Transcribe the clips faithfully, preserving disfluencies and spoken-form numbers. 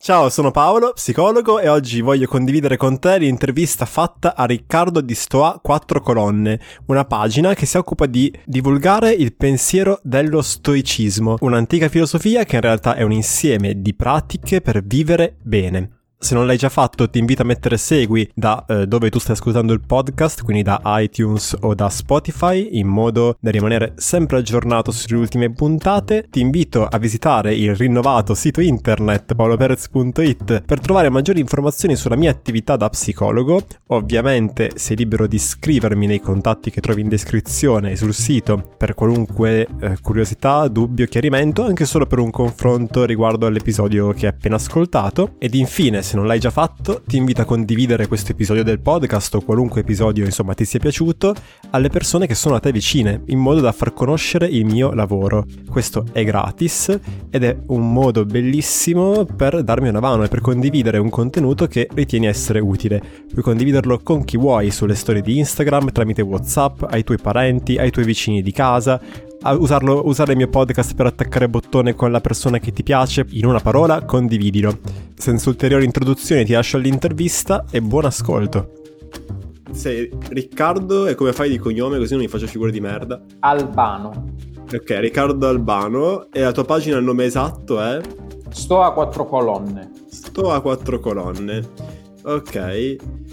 Ciao, sono Paolo, psicologo, e oggi voglio condividere con te l'intervista fatta a Riccardo di Stoa Quattro Colonne, una pagina che si occupa di divulgare il pensiero dello stoicismo, un'antica filosofia che in realtà è un insieme di pratiche per vivere bene. Se non l'hai già fatto, ti invito a mettere segui da eh, dove tu stai ascoltando il podcast, quindi da iTunes o da Spotify, in modo da rimanere sempre aggiornato sulle ultime puntate. Ti invito a visitare il rinnovato sito internet paoloperez punto it per trovare maggiori informazioni sulla mia attività da psicologo. Ovviamente sei libero di iscrivermi nei contatti che trovi in descrizione e sul sito per qualunque eh, curiosità, dubbio, chiarimento, anche solo per un confronto riguardo all'episodio che hai appena ascoltato. Ed infine, se non l'hai già fatto, ti invito a condividere questo episodio del podcast o qualunque episodio insomma ti sia piaciuto alle persone che sono a te vicine, in modo da far conoscere il mio lavoro. Questo è gratis ed è un modo bellissimo per darmi una mano e per condividere un contenuto che ritieni essere utile. Puoi condividerlo con chi vuoi sulle storie di Instagram, tramite WhatsApp, ai tuoi parenti, ai tuoi vicini di casa, a usarlo, usare il mio podcast per attaccare bottone con la persona che ti piace. In una parola, condividilo. Senza ulteriori introduzioni ti lascio all'intervista e buon ascolto. Sei Riccardo, e come fai di cognome, così non mi faccio figure di merda? Albano. Ok, Riccardo Albano. E la tua pagina, il nome esatto è? Stoa Quattro Colonne. Stoa Quattro Colonne. Ok.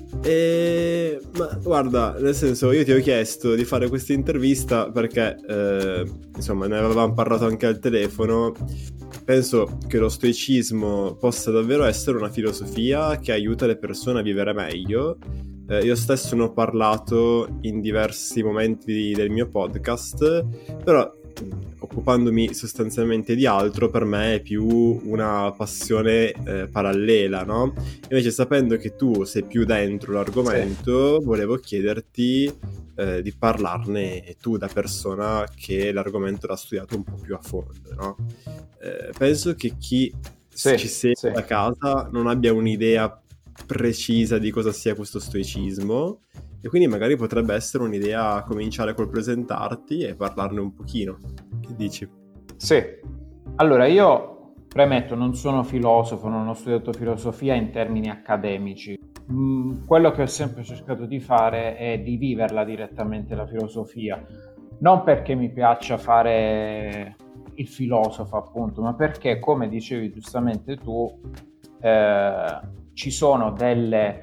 E ma guarda, nel senso, io ti ho chiesto di fare questa intervista perché eh, insomma ne avevamo parlato anche al telefono. Penso che lo stoicismo possa davvero essere una filosofia che aiuta le persone a vivere meglio. Eh, io stesso ne ho parlato in diversi momenti del mio podcast, però occupandomi sostanzialmente di altro, per me è più una passione eh, parallela, no? Invece, sapendo che tu sei più dentro l'argomento, sì, volevo chiederti eh, di parlarne tu, da persona che l'argomento l'ha studiato un po' più a fondo, no? Eh, penso che chi sì, ci segue sì. a casa non abbia un'idea precisa di cosa sia questo stoicismo, e quindi magari potrebbe essere un'idea cominciare col presentarti e parlarne un pochino. Che dici? Sì, allora io premetto, non sono filosofo, non ho studiato filosofia in termini accademici. Mm, quello che ho sempre cercato di fare è di viverla direttamente la filosofia, non perché mi piaccia fare il filosofo appunto, ma perché, come dicevi giustamente tu, eh, ci sono delle...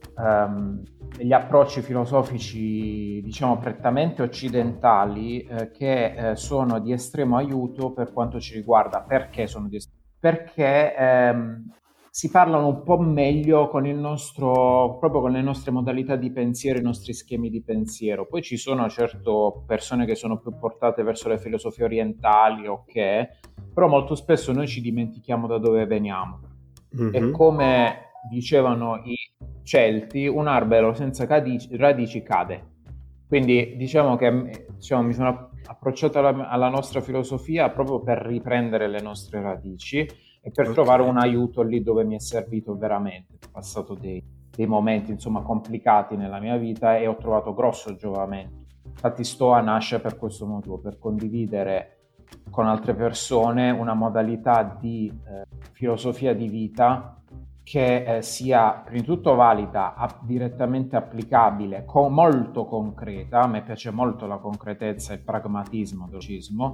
Um, degli approcci filosofici, diciamo, prettamente occidentali eh, che eh, sono di estremo aiuto per quanto ci riguarda. Perché sono di estremo? Perché ehm, si parlano un po' meglio con il nostro, proprio con le nostre modalità di pensiero, i nostri schemi di pensiero. Poi ci sono certo persone che sono più portate verso le filosofie orientali, ok, però molto spesso noi ci dimentichiamo da dove veniamo. Mm-hmm. E come dicevano i Celti, un albero senza cadici, radici cade. Quindi diciamo che diciamo, mi sono approcciato alla, alla nostra filosofia proprio per riprendere le nostre radici e per okay. trovare un aiuto lì dove mi è servito veramente. Ho passato dei, dei momenti insomma complicati nella mia vita e ho trovato grosso giovamento. Infatti Stoa nasce per questo motivo, per condividere con altre persone una modalità di eh, filosofia di vita che eh, sia prima di tutto valida, a, direttamente applicabile, con, molto concreta. A me piace molto la concretezza e il pragmatismo dello stoicismo,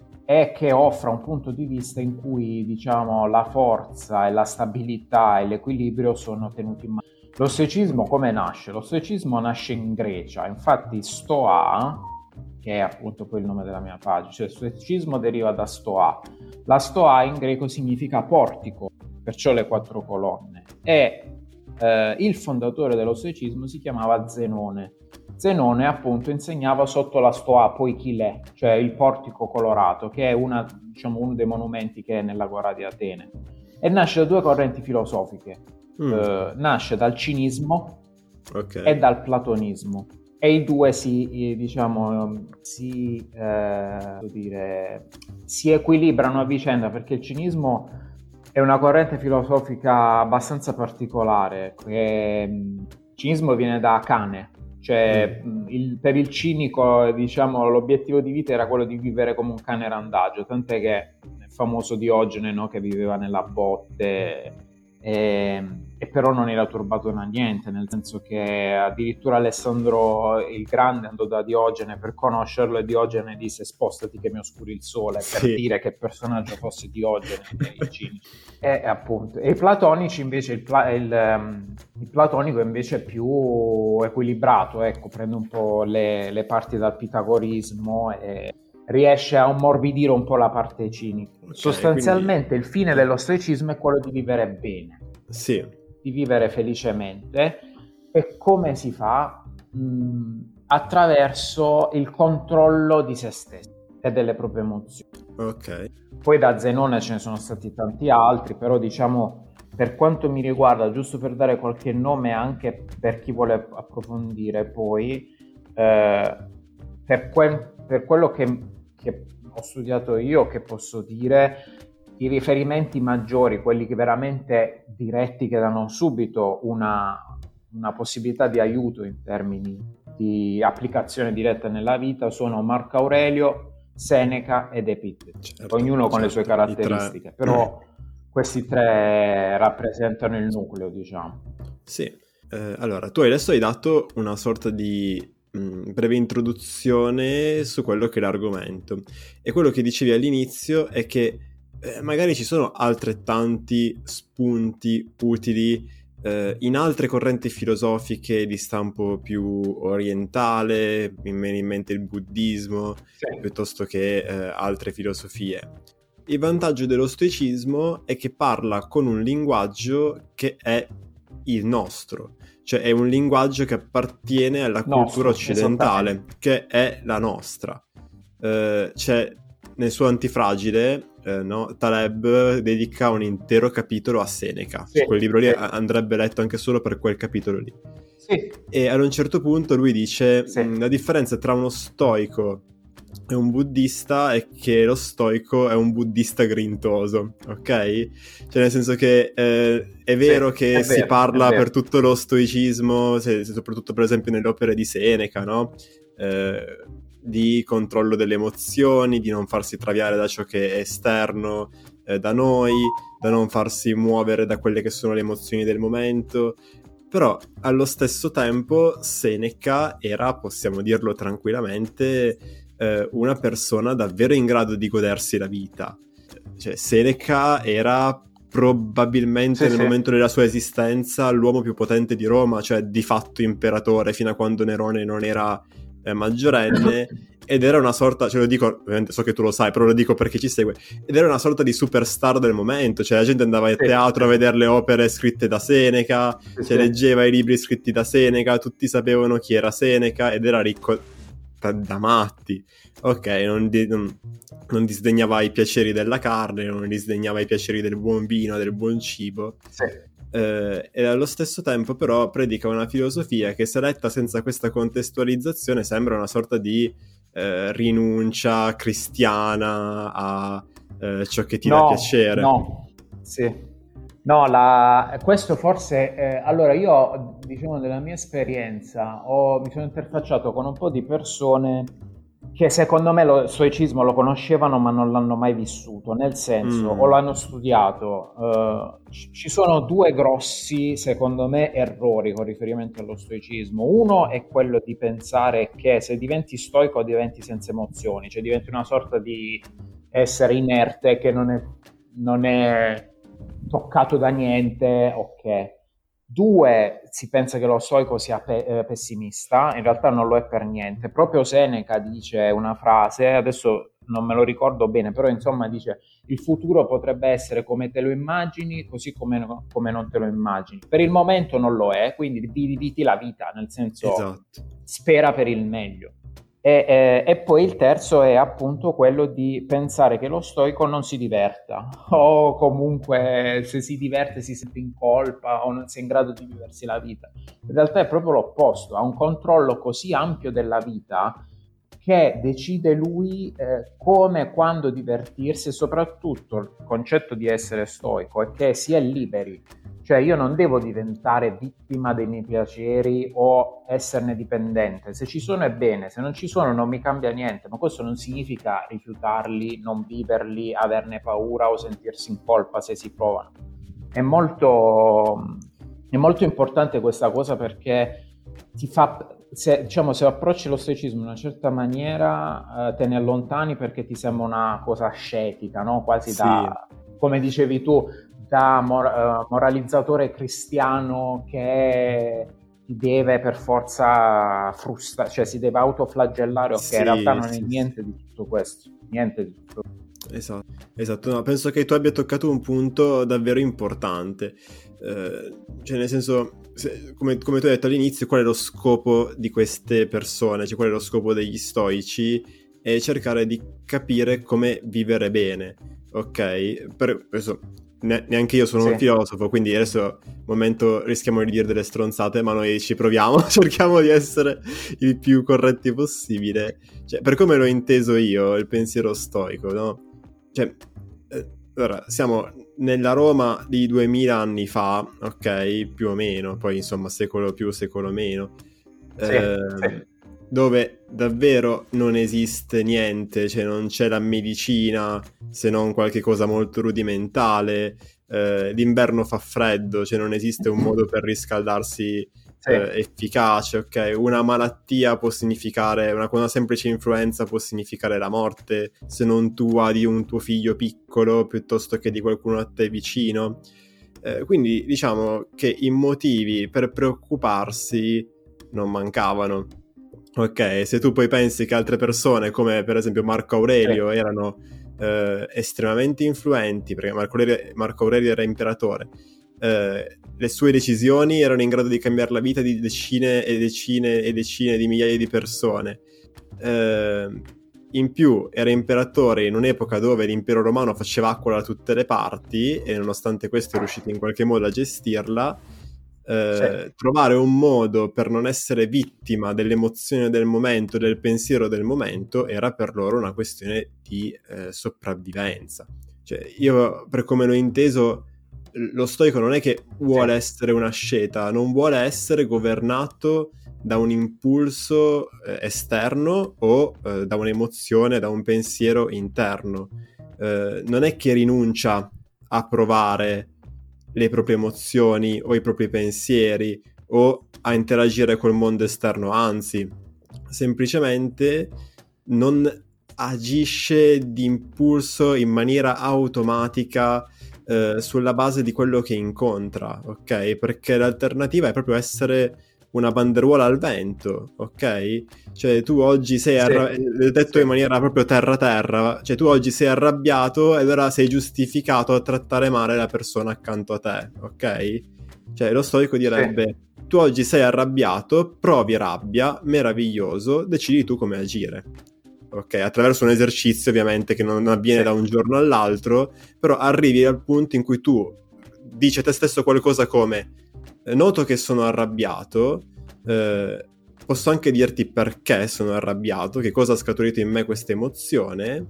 e che offra un punto di vista in cui, diciamo, la forza e la stabilità e l'equilibrio sono tenuti in mano. Lo stoicismo come nasce? Lo stoicismo nasce in Grecia, infatti Stoa, che è appunto poi il nome della mia pagina, cioè il stoicismo deriva da Stoa. La Stoa in greco significa portico, perciò le quattro colonne, e eh, il fondatore dello stoicismo si chiamava Zenone. Zenone appunto insegnava sotto la Stoa Poikile, cioè il portico colorato, che è una, diciamo, uno dei monumenti che è nell'Agora di Atene, e nasce da due correnti filosofiche. Mm. Eh, nasce dal cinismo okay. e dal platonismo, e i due si, diciamo, si, eh, dire, si equilibrano a vicenda, perché il cinismo è una corrente filosofica abbastanza particolare. Che, il cinismo viene da cane, cioè mm. il, per il cinico, diciamo, l'obiettivo di vita era quello di vivere come un cane randagio, tant'è che è famoso Diogene, no, che viveva nella botte e, e però non era turbato da niente, nel senso che addirittura Alessandro il Grande andò da Diogene per conoscerlo e Diogene disse spostati che mi oscuri il sole, Sì. per dire che personaggio fosse Diogene nei cinici. E appunto, e i platonici invece, il, pla- il, um, il platonico invece è più equilibrato, ecco, prende un po' le, le parti dal pitagorismo e riesce a ammorbidire un po' la parte cinica. Okay, sostanzialmente quindi... il fine dello stoicismo è quello di vivere bene, sì, di vivere felicemente. E come si fa? Mh, attraverso il controllo di se stessi e delle proprie emozioni. Ok. Poi da Zenone ce ne sono stati tanti altri, però diciamo, per quanto mi riguarda, giusto per dare qualche nome anche per chi vuole approfondire poi, eh, per, quel, per quello che, che ho studiato io, che posso dire, i riferimenti maggiori, quelli che veramente diretti, che danno subito una, una possibilità di aiuto in termini di applicazione diretta nella vita, sono Marco Aurelio, Seneca ed Epitteto, certo, ognuno con certo, le sue caratteristiche, però questi tre rappresentano il nucleo, diciamo. Sì, eh, allora tu adesso hai dato una sorta di mh, breve introduzione su quello che è l'argomento, e quello che dicevi all'inizio è che eh, magari ci sono altrettanti spunti utili Uh, in altre correnti filosofiche di stampo più orientale, mi viene in mente il buddismo, sì, piuttosto che uh, altre filosofie. Il vantaggio dello stoicismo è che parla con un linguaggio che è il nostro, cioè è un linguaggio che appartiene alla cultura nostro, occidentale, che è la nostra. Uh, c'è nel suo Antifragile, Eh, no? Taleb dedica un intero capitolo a Seneca, sì, quel libro lì sì, andrebbe letto anche solo per quel capitolo lì, sì, e ad un certo punto lui dice sì, la differenza tra uno stoico e un buddista è che lo stoico è un buddista grintoso, ok? Cioè nel senso che eh, è vero sì, che è si vero, parla per tutto lo stoicismo, se, se soprattutto per esempio nelle opere di Seneca, no? Eh, di controllo delle emozioni, di non farsi traviare da ciò che è esterno eh, da noi, da non farsi muovere da quelle che sono le emozioni del momento. Però allo stesso tempo Seneca era, possiamo dirlo tranquillamente, eh, una persona davvero in grado di godersi la vita. Cioè Seneca era probabilmente sì, nel sì. momento della sua esistenza l'uomo più potente di Roma, cioè di fatto imperatore fino a quando Nerone non era eh, maggiorenne, ed era una sorta, ce lo dico, ovviamente so che tu lo sai, però lo dico perché ci segue, ed era una sorta di superstar del momento, cioè la gente andava al sì, teatro sì. a vedere le opere scritte da Seneca, sì, cioè sì. leggeva i libri scritti da Seneca, tutti sapevano chi era Seneca ed era ricco da, da matti. Ok, non, di, non, non disdegnava i piaceri della carne, non disdegnava i piaceri del buon vino, del buon cibo. Sì. Eh, e allo stesso tempo però predica una filosofia che, se letta senza questa contestualizzazione, sembra una sorta di eh, rinuncia cristiana a eh, ciò che ti no, dà piacere. No, sì. No, la, questo forse... Eh, allora io, diciamo, nella mia esperienza ho, mi sono interfacciato con un po' di persone che secondo me lo stoicismo lo conoscevano ma non l'hanno mai vissuto, nel senso, mm. o l'hanno studiato. Uh, ci sono due grossi, secondo me, errori con riferimento allo stoicismo. Uno è quello di pensare che se diventi stoico diventi senza emozioni, cioè diventi una sorta di essere inerte che non è, non è toccato da niente, ok. Due, si pensa che lo stoico sia pe- eh, pessimista, in realtà non lo è per niente. Proprio Seneca dice una frase, adesso non me lo ricordo bene, però insomma dice: il futuro potrebbe essere come te lo immagini, così come, come non te lo immagini. Per il momento non lo è, quindi viviti la vita, nel senso, esatto. spera per il meglio. E, e, e poi il terzo è appunto quello di pensare che lo stoico non si diverta, o comunque se si diverte si sente in colpa o non sia in grado di viversi la vita. In realtà è proprio l'opposto, ha un controllo così ampio della vita che decide lui eh, come e quando divertirsi, e soprattutto il concetto di essere stoico è che si è liberi. Cioè io non devo diventare vittima dei miei piaceri o esserne dipendente. Se ci sono è bene, se non ci sono non mi cambia niente, ma questo non significa rifiutarli, non viverli, averne paura o sentirsi in colpa se si provano. è molto, è molto importante questa cosa, perché ti fa, se, diciamo, se approcci lo stoicismo in una certa maniera, eh, te ne allontani perché ti sembra una cosa ascetica, no? Quasi Sì. da, come dicevi tu, da mor- uh, moralizzatore cristiano che ti deve per forza frustrare, cioè si deve autoflagellare, ok, Sì, in realtà non sì, è niente sì. di tutto questo, niente di tutto questo. Esatto, esatto. No, penso che tu abbia toccato un punto davvero importante. Eh, cioè, nel senso, se- come, come tu hai detto all'inizio, qual è lo scopo di queste persone? Cioè, qual è lo scopo degli stoici? È cercare di capire come vivere bene, ok? Per, adesso, ne- neanche io sono un Sì, filosofo, quindi adesso, al momento, rischiamo di dire delle stronzate, ma noi ci proviamo, cerchiamo di essere il più corretti possibile. Cioè, per come l'ho inteso io, il pensiero stoico, no? Cioè, eh, allora, siamo nella Roma di duemila anni fa, ok, più o meno, poi insomma secolo più, secolo meno, sì, eh, sì. dove davvero non esiste niente, cioè non c'è la medicina se non qualche cosa molto rudimentale, eh, l'inverno fa freddo, cioè non esiste un modo per riscaldarsi Sì, eh, efficace, ok? Una malattia può significare, una, una semplice influenza può significare la morte, se non tua di un tuo figlio piccolo piuttosto che di qualcuno a te vicino. Eh, quindi diciamo che i motivi per preoccuparsi non mancavano. Ok, se tu poi pensi che altre persone, come per esempio Marco Aurelio, sì, erano eh, estremamente influenti, perché Marco Aurelio, Marco Aurelio era imperatore, eh, le sue decisioni erano in grado di cambiare la vita di decine e decine e decine di migliaia di persone. Eh, in più era imperatore in un'epoca dove l'impero romano faceva acqua da tutte le parti e nonostante questo è riuscito in qualche modo a gestirla. sì, Eh, trovare un modo per non essere vittima dell'emozione del momento, del pensiero del momento, era per loro una questione di eh, sopravvivenza. Cioè, io, per come l'ho inteso, lo stoico non è che sì, vuole essere una sceta, non vuole essere governato da un impulso eh, esterno o eh, da un'emozione, da un pensiero interno. Eh, non è che rinuncia a provare le proprie emozioni o i propri pensieri o a interagire col mondo esterno, anzi, semplicemente non agisce di impulso in maniera automatica eh, sulla base di quello che incontra, ok? Perché l'alternativa è proprio essere una banderuola al vento, ok? Cioè tu oggi sei sì, arrabbiato, detto sì, in maniera proprio terra-terra, cioè tu oggi sei arrabbiato e allora sei giustificato a trattare male la persona accanto a te, ok? Cioè lo stoico sì, direbbe, tu oggi sei arrabbiato, provi rabbia, meraviglioso, decidi tu come agire. Ok, attraverso un esercizio ovviamente che non avviene sì, da un giorno all'altro, però arrivi al punto in cui tu dici a te stesso qualcosa come noto che sono arrabbiato, eh, posso anche dirti perché sono arrabbiato, che cosa ha scaturito in me questa emozione,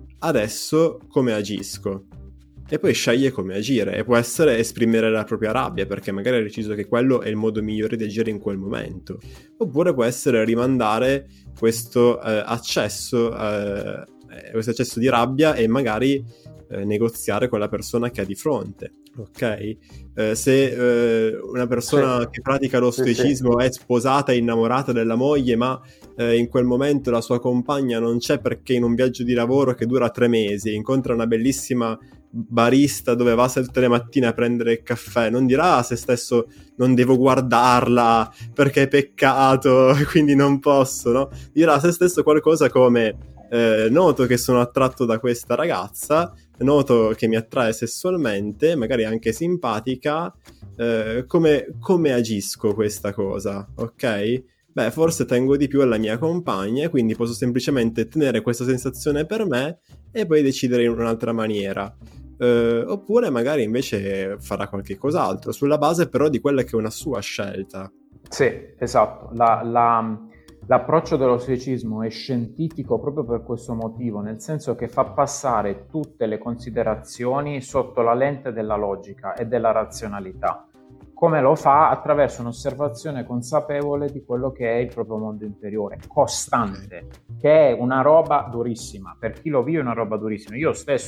adesso come agisco. E poi sceglie come agire, e può essere esprimere la propria rabbia, perché magari ha deciso che quello è il modo migliore di agire in quel momento. Oppure può essere rimandare questo eh, accesso, eh, questo accesso di rabbia e magari eh, negoziare con la persona che ha di fronte. Ok? Eh, se eh, una sì, persona che pratica lo sì, sì, stoicismo è sposata e innamorata della moglie, ma eh, in quel momento la sua compagna non c'è perché in un viaggio di lavoro che dura tre mesi incontra una bellissima barista dove va tutte le mattine a prendere il caffè, non dirà a se stesso non devo guardarla perché è peccato, quindi non posso, no? Dirà a se stesso qualcosa come eh, noto che sono attratto da questa ragazza, noto che mi attrae sessualmente, magari anche simpatica, eh, come, come agisco questa cosa, ok? Beh, forse tengo di più alla mia compagna, quindi posso semplicemente tenere questa sensazione per me e poi decidere in un'altra maniera. Uh, oppure magari invece farà qualche cos'altro, sulla base però di quella che è una sua scelta. sì, esatto. La, la, l'approccio dello stoicismo è scientifico proprio per questo motivo, nel senso che fa passare tutte le considerazioni sotto la lente della logica e della razionalità. Come lo fa? Attraverso un'osservazione consapevole di quello che è il proprio mondo interiore, costante, Okay. che è una roba durissima. Per chi lo vive è una roba durissima. Io stesso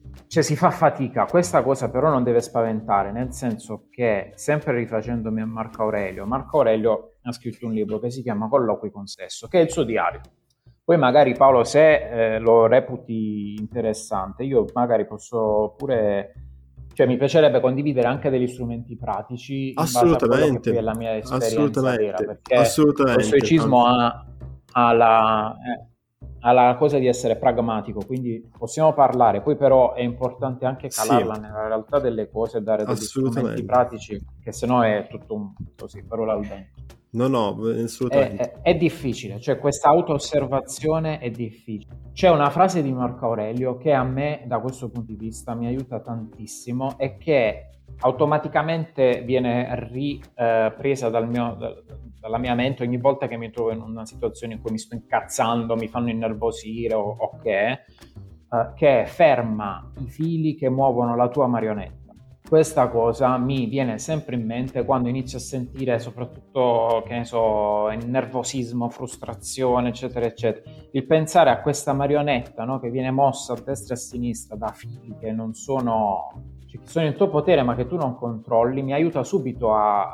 cioè si fa fatica. Questa cosa però non deve spaventare, nel senso che, sempre rifacendomi a Marco Aurelio, Marco Aurelio ha scritto un libro che si chiama Colloqui con Sesso, che è il suo diario. Poi magari, Paolo, se eh, lo reputi interessante, io magari posso pure, cioè mi piacerebbe condividere anche degli strumenti pratici in base a quello che poi è la mia esperienza vera, perché lo stoicismo ha, ha, la, eh, ha la cosa di essere pragmatico, quindi possiamo parlare, poi però è importante anche calarla sì. nella realtà delle cose e dare degli strumenti pratici, che sennò è tutto un, così, parola al vento. No, no, assolutamente. È, è, è difficile, cioè questa auto-osservazione è difficile. C'è una frase di Marco Aurelio che a me, da questo punto di vista, mi aiuta tantissimo e che automaticamente viene ripresa eh, dal mio, da, dalla mia mente ogni volta che mi trovo in una situazione in cui mi sto incazzando, mi fanno innervosire o, o che, eh, che ferma i fili che muovono la tua marionetta. Questa cosa mi viene sempre in mente quando inizio a sentire soprattutto, che ne so, nervosismo, frustrazione, eccetera, eccetera. Il pensare a questa marionetta, no, che viene mossa a destra e a sinistra da fili che non sono, cioè, che sono in tuo potere ma che tu non controlli, mi aiuta subito a,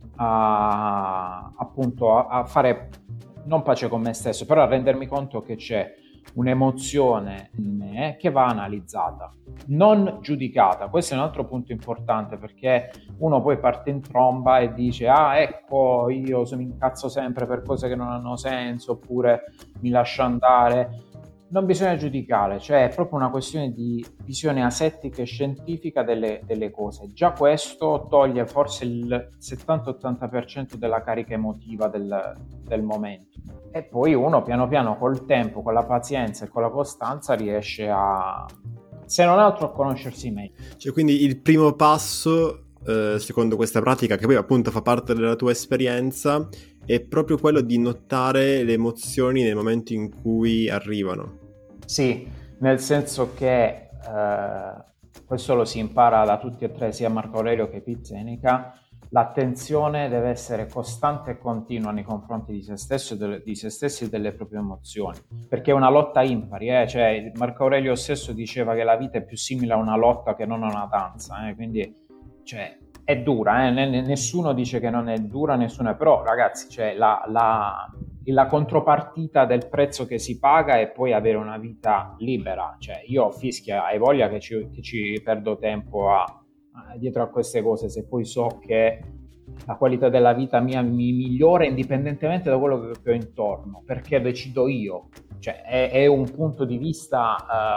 a appunto a, a fare non pace con me stesso, però a rendermi conto che c'è un'emozione in me che va analizzata, non giudicata. Questo è un altro punto importante, perché uno poi parte in tromba e dice ah ecco io mi incazzo sempre per cose che non hanno senso, oppure mi lascio andare. Non bisogna giudicare, cioè è proprio una questione di visione asettica e scientifica delle, delle cose. Già questo toglie forse il settanta ottanta per cento della carica emotiva del, del momento. E poi uno piano piano col tempo, con la pazienza e con la costanza riesce a, se non altro, a conoscersi meglio. Cioè quindi il primo passo, eh, secondo questa pratica, che poi appunto fa parte della tua esperienza, è proprio quello di notare le emozioni nel momento in cui arrivano. Sì, nel senso che eh, questo lo si impara da tutti e tre, sia Marco Aurelio che Pete Seneca. L'attenzione deve essere costante e continua nei confronti di se stesso e delle, di se stessi e delle proprie emozioni, perché è una lotta impari, eh? Cioè, Marco Aurelio stesso diceva che la vita è più simile a una lotta che non a una danza, eh? Quindi cioè, è dura, eh? Nessuno dice che non è dura, nessuno è, però ragazzi, cioè, la, la, la contropartita del prezzo che si paga è poi avere una vita libera. Cioè, io fischia, hai voglia che ci, che ci perdo tempo a dietro a queste cose, se poi so che la qualità della vita mia mi migliora indipendentemente da quello che ho intorno, perché decido io. Cioè è, è un punto di vista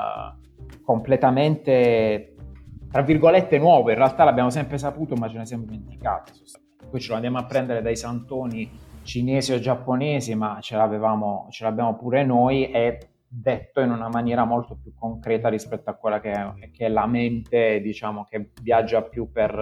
uh, completamente, tra virgolette, nuovo. In realtà l'abbiamo sempre saputo, ma ce ne siamo dimenticati. Poi ce lo andiamo a prendere dai santoni cinesi o giapponesi, ma ce l'avevamo, ce l'abbiamo pure noi, e detto in una maniera molto più concreta rispetto a quella che è, che è la mente, diciamo, che viaggia più per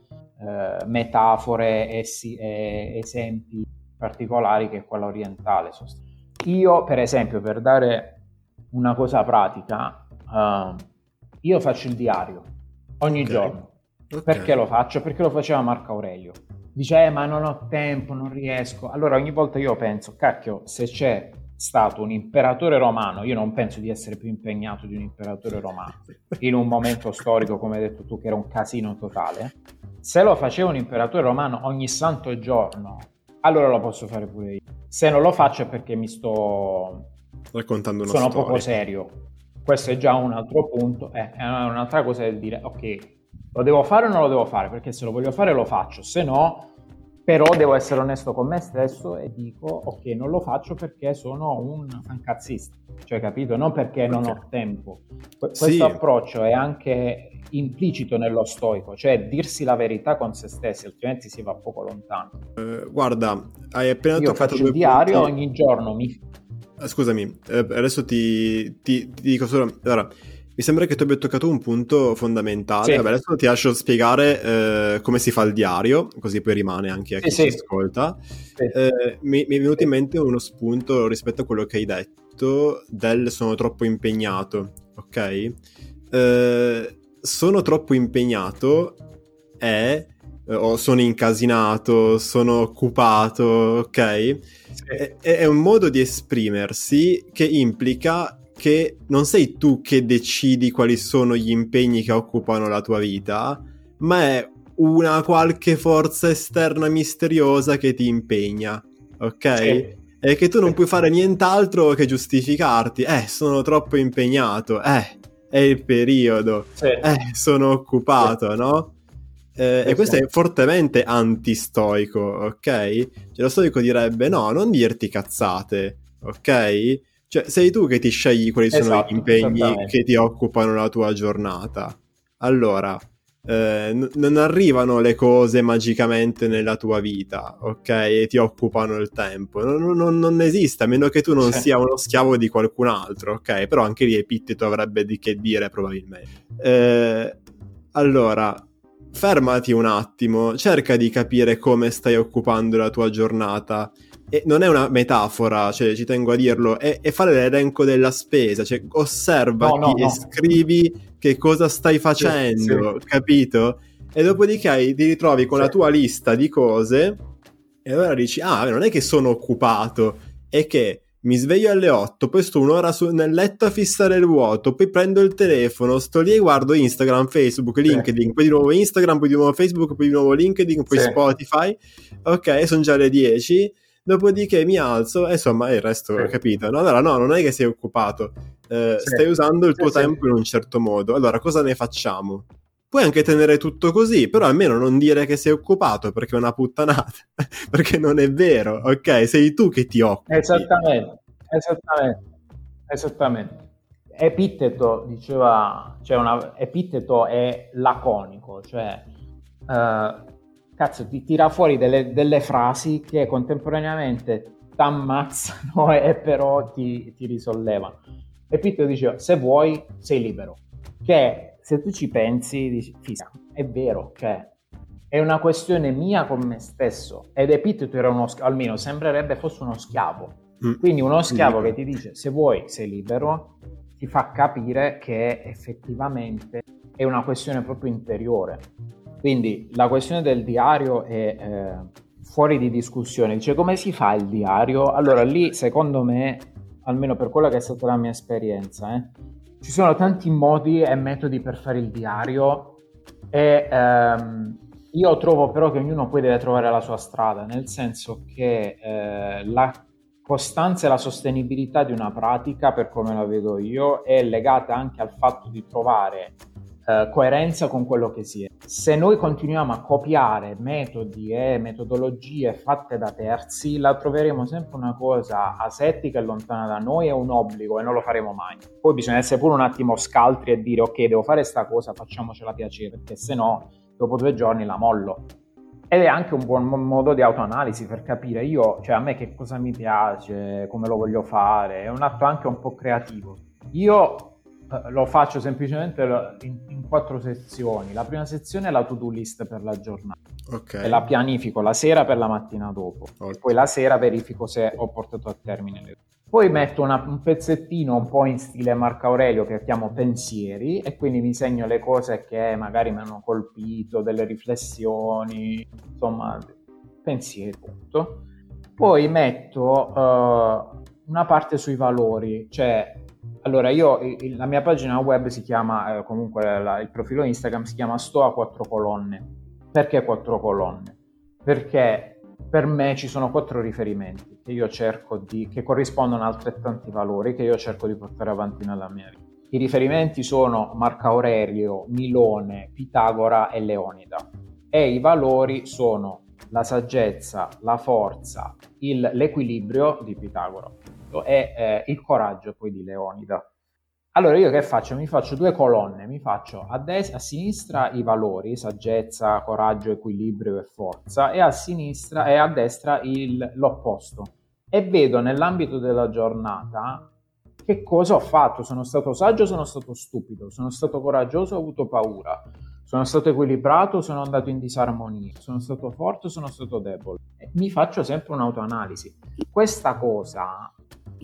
eh, metafore e, si, e esempi particolari, che è quella orientale. Io, per esempio, per dare una cosa pratica, uh, io faccio il diario ogni okay. giorno. Okay. Perché lo faccio? Perché lo faceva Marco Aurelio. Dice, eh, ma non ho tempo, non riesco. Allora ogni volta io penso, cacchio, se c'è stato un imperatore romano, io non penso di essere più impegnato di un imperatore romano in un momento storico, come hai detto tu, che era un casino totale. Se lo faceva un imperatore romano ogni santo giorno, allora lo posso fare pure io. Se non lo faccio è perché mi sto raccontando una sono storia. Poco serio. Questo è già un altro punto, eh, è un'altra cosa del dire ok, lo devo fare o non lo devo fare, perché se lo voglio fare lo faccio, se no però devo essere onesto con me stesso e dico ok, non lo faccio perché sono un fancazzista, cioè, capito? Non perché okay. non ho tempo. Questo sì. approccio è anche implicito nello stoico, cioè dirsi la verità con se stessi, altrimenti si va poco lontano. Eh, guarda, hai appena io toccato faccio il diario punti. Ogni giorno mi eh, scusami, eh, adesso ti, ti, ti dico solo allora, mi sembra che tu abbia toccato un punto fondamentale. Sì. Vabbè, adesso ti lascio spiegare eh, come si fa il diario, così poi rimane anche a chi sì, ci sì. ascolta. Sì. Eh, mi, mi è venuto sì. in mente uno spunto rispetto a quello che hai detto del sono troppo impegnato, ok? Eh, sono troppo impegnato è eh, o sono incasinato, sono occupato, ok? Sì. È, è un modo di esprimersi che implica che non sei tu che decidi quali sono gli impegni che occupano la tua vita, ma è una qualche forza esterna misteriosa che ti impegna, ok? Sì. E che tu non puoi fare nient'altro che giustificarti. Eh, sono troppo impegnato. Eh, è il periodo. Sì. Eh, sono occupato, sì. No? Eh, e questo è fortemente antistoico, ok? Cioè, lo stoico direbbe: no, non dirti cazzate, ok? Cioè, sei tu che ti scegli quali sono Esatto, gli impegni che ti occupano la tua giornata. Allora, eh, n- non arrivano le cose magicamente nella tua vita, ok? E ti occupano il tempo. Non, non, non esiste, a meno che tu non sì. sia uno schiavo di qualcun altro, ok? Però anche lì Epitteto avrebbe di che dire, probabilmente. Eh, allora, fermati un attimo, cerca di capire come stai occupando la tua giornata. E non è una metafora, cioè ci tengo a dirlo, è, è fare l'elenco della spesa, cioè osservati no, no, no. e scrivi che cosa stai facendo, sì, sì. Capito? E dopodiché ti ritrovi con sì. la tua lista di cose e allora dici: ah, non è che sono occupato, è che mi sveglio alle otto, poi sto un'ora su, nel letto a fissare il vuoto, poi prendo il telefono, sto lì e guardo Instagram, Facebook, LinkedIn, sì. poi di nuovo Instagram, poi di nuovo Facebook, poi di nuovo LinkedIn, poi sì. Spotify. Ok, sono già le dieci. Dopodiché mi alzo e insomma il resto ho sì. capito, no? Allora no, non è che sei occupato, eh, sì. stai usando il tuo sì, tempo sì. in un certo modo. Allora cosa ne facciamo? Puoi anche tenere tutto così, però almeno non dire che sei occupato, perché è una puttanata, perché non è vero, ok? Sei tu che ti occupi. Esattamente, esattamente, esattamente. Epitteto diceva, cioè una, Epitteto è laconico, cioè uh, cazzo, ti tira fuori delle, delle frasi che contemporaneamente t'ammazzano e però ti, ti risollevano. Epitteto diceva: se vuoi sei libero, che se tu ci pensi dici, fisica, è vero, cioè è una questione mia con me stesso. Ed Epitteto era uno schiavo, almeno sembrerebbe fosse uno schiavo, mm. quindi uno schiavo mm. che ti dice se vuoi sei libero ti fa capire che effettivamente è una questione proprio interiore. Quindi la questione del diario è eh, fuori di discussione. Dice: come si fa il diario? Allora lì, secondo me, almeno per quella che è stata la mia esperienza, eh, ci sono tanti modi e metodi per fare il diario e ehm, io trovo però che ognuno poi deve trovare la sua strada, nel senso che eh, la costanza e la sostenibilità di una pratica, per come la vedo io, è legata anche al fatto di trovare Uh, coerenza con quello che si è. Se noi continuiamo a copiare metodi e metodologie fatte da terzi, la troveremo sempre una cosa asettica e lontana da noi, è un obbligo e non lo faremo mai. Poi bisogna essere pure un attimo scaltri e dire: ok, devo fare sta cosa, facciamocela piacere, perché se no dopo due giorni la mollo. Ed è anche un buon modo di autoanalisi per capire io, cioè a me che cosa mi piace, come lo voglio fare, è un atto anche un po' creativo. Io lo faccio semplicemente in, in quattro sezioni. La prima sezione è la to-do list per la giornata, okay. E la pianifico la sera per la mattina dopo, okay. E poi la sera verifico se ho portato a termine le... Poi metto una, un pezzettino un po' in stile Marco Aurelio che chiamo pensieri, e quindi mi segno le cose che magari mi hanno colpito, delle riflessioni, insomma pensieri, tutto. Poi metto uh, una parte sui valori, cioè allora io, il, la mia pagina web si chiama, eh, comunque la, il profilo Instagram si chiama Stoa quattro colonne. Perché quattro colonne? Perché per me ci sono quattro riferimenti che io cerco di, che corrispondono a altrettanti valori che io cerco di portare avanti nella mia vita. I riferimenti sono Marco Aurelio, Milone, Pitagora e Leonida, e i valori sono la saggezza, la forza, il, l'equilibrio di Pitagora e eh, il coraggio poi di Leonida. Allora io che faccio? Mi faccio due colonne, mi faccio a, des- a sinistra i valori, saggezza, coraggio, equilibrio e forza, e a sinistra e a destra il, l'opposto, e vedo nell'ambito della giornata che cosa ho fatto. Sono stato saggio, sono stato stupido, sono stato coraggioso, ho avuto paura, sono stato equilibrato, sono andato in disarmonia, sono stato forte, sono stato debole. E mi faccio sempre un'autoanalisi. Questa cosa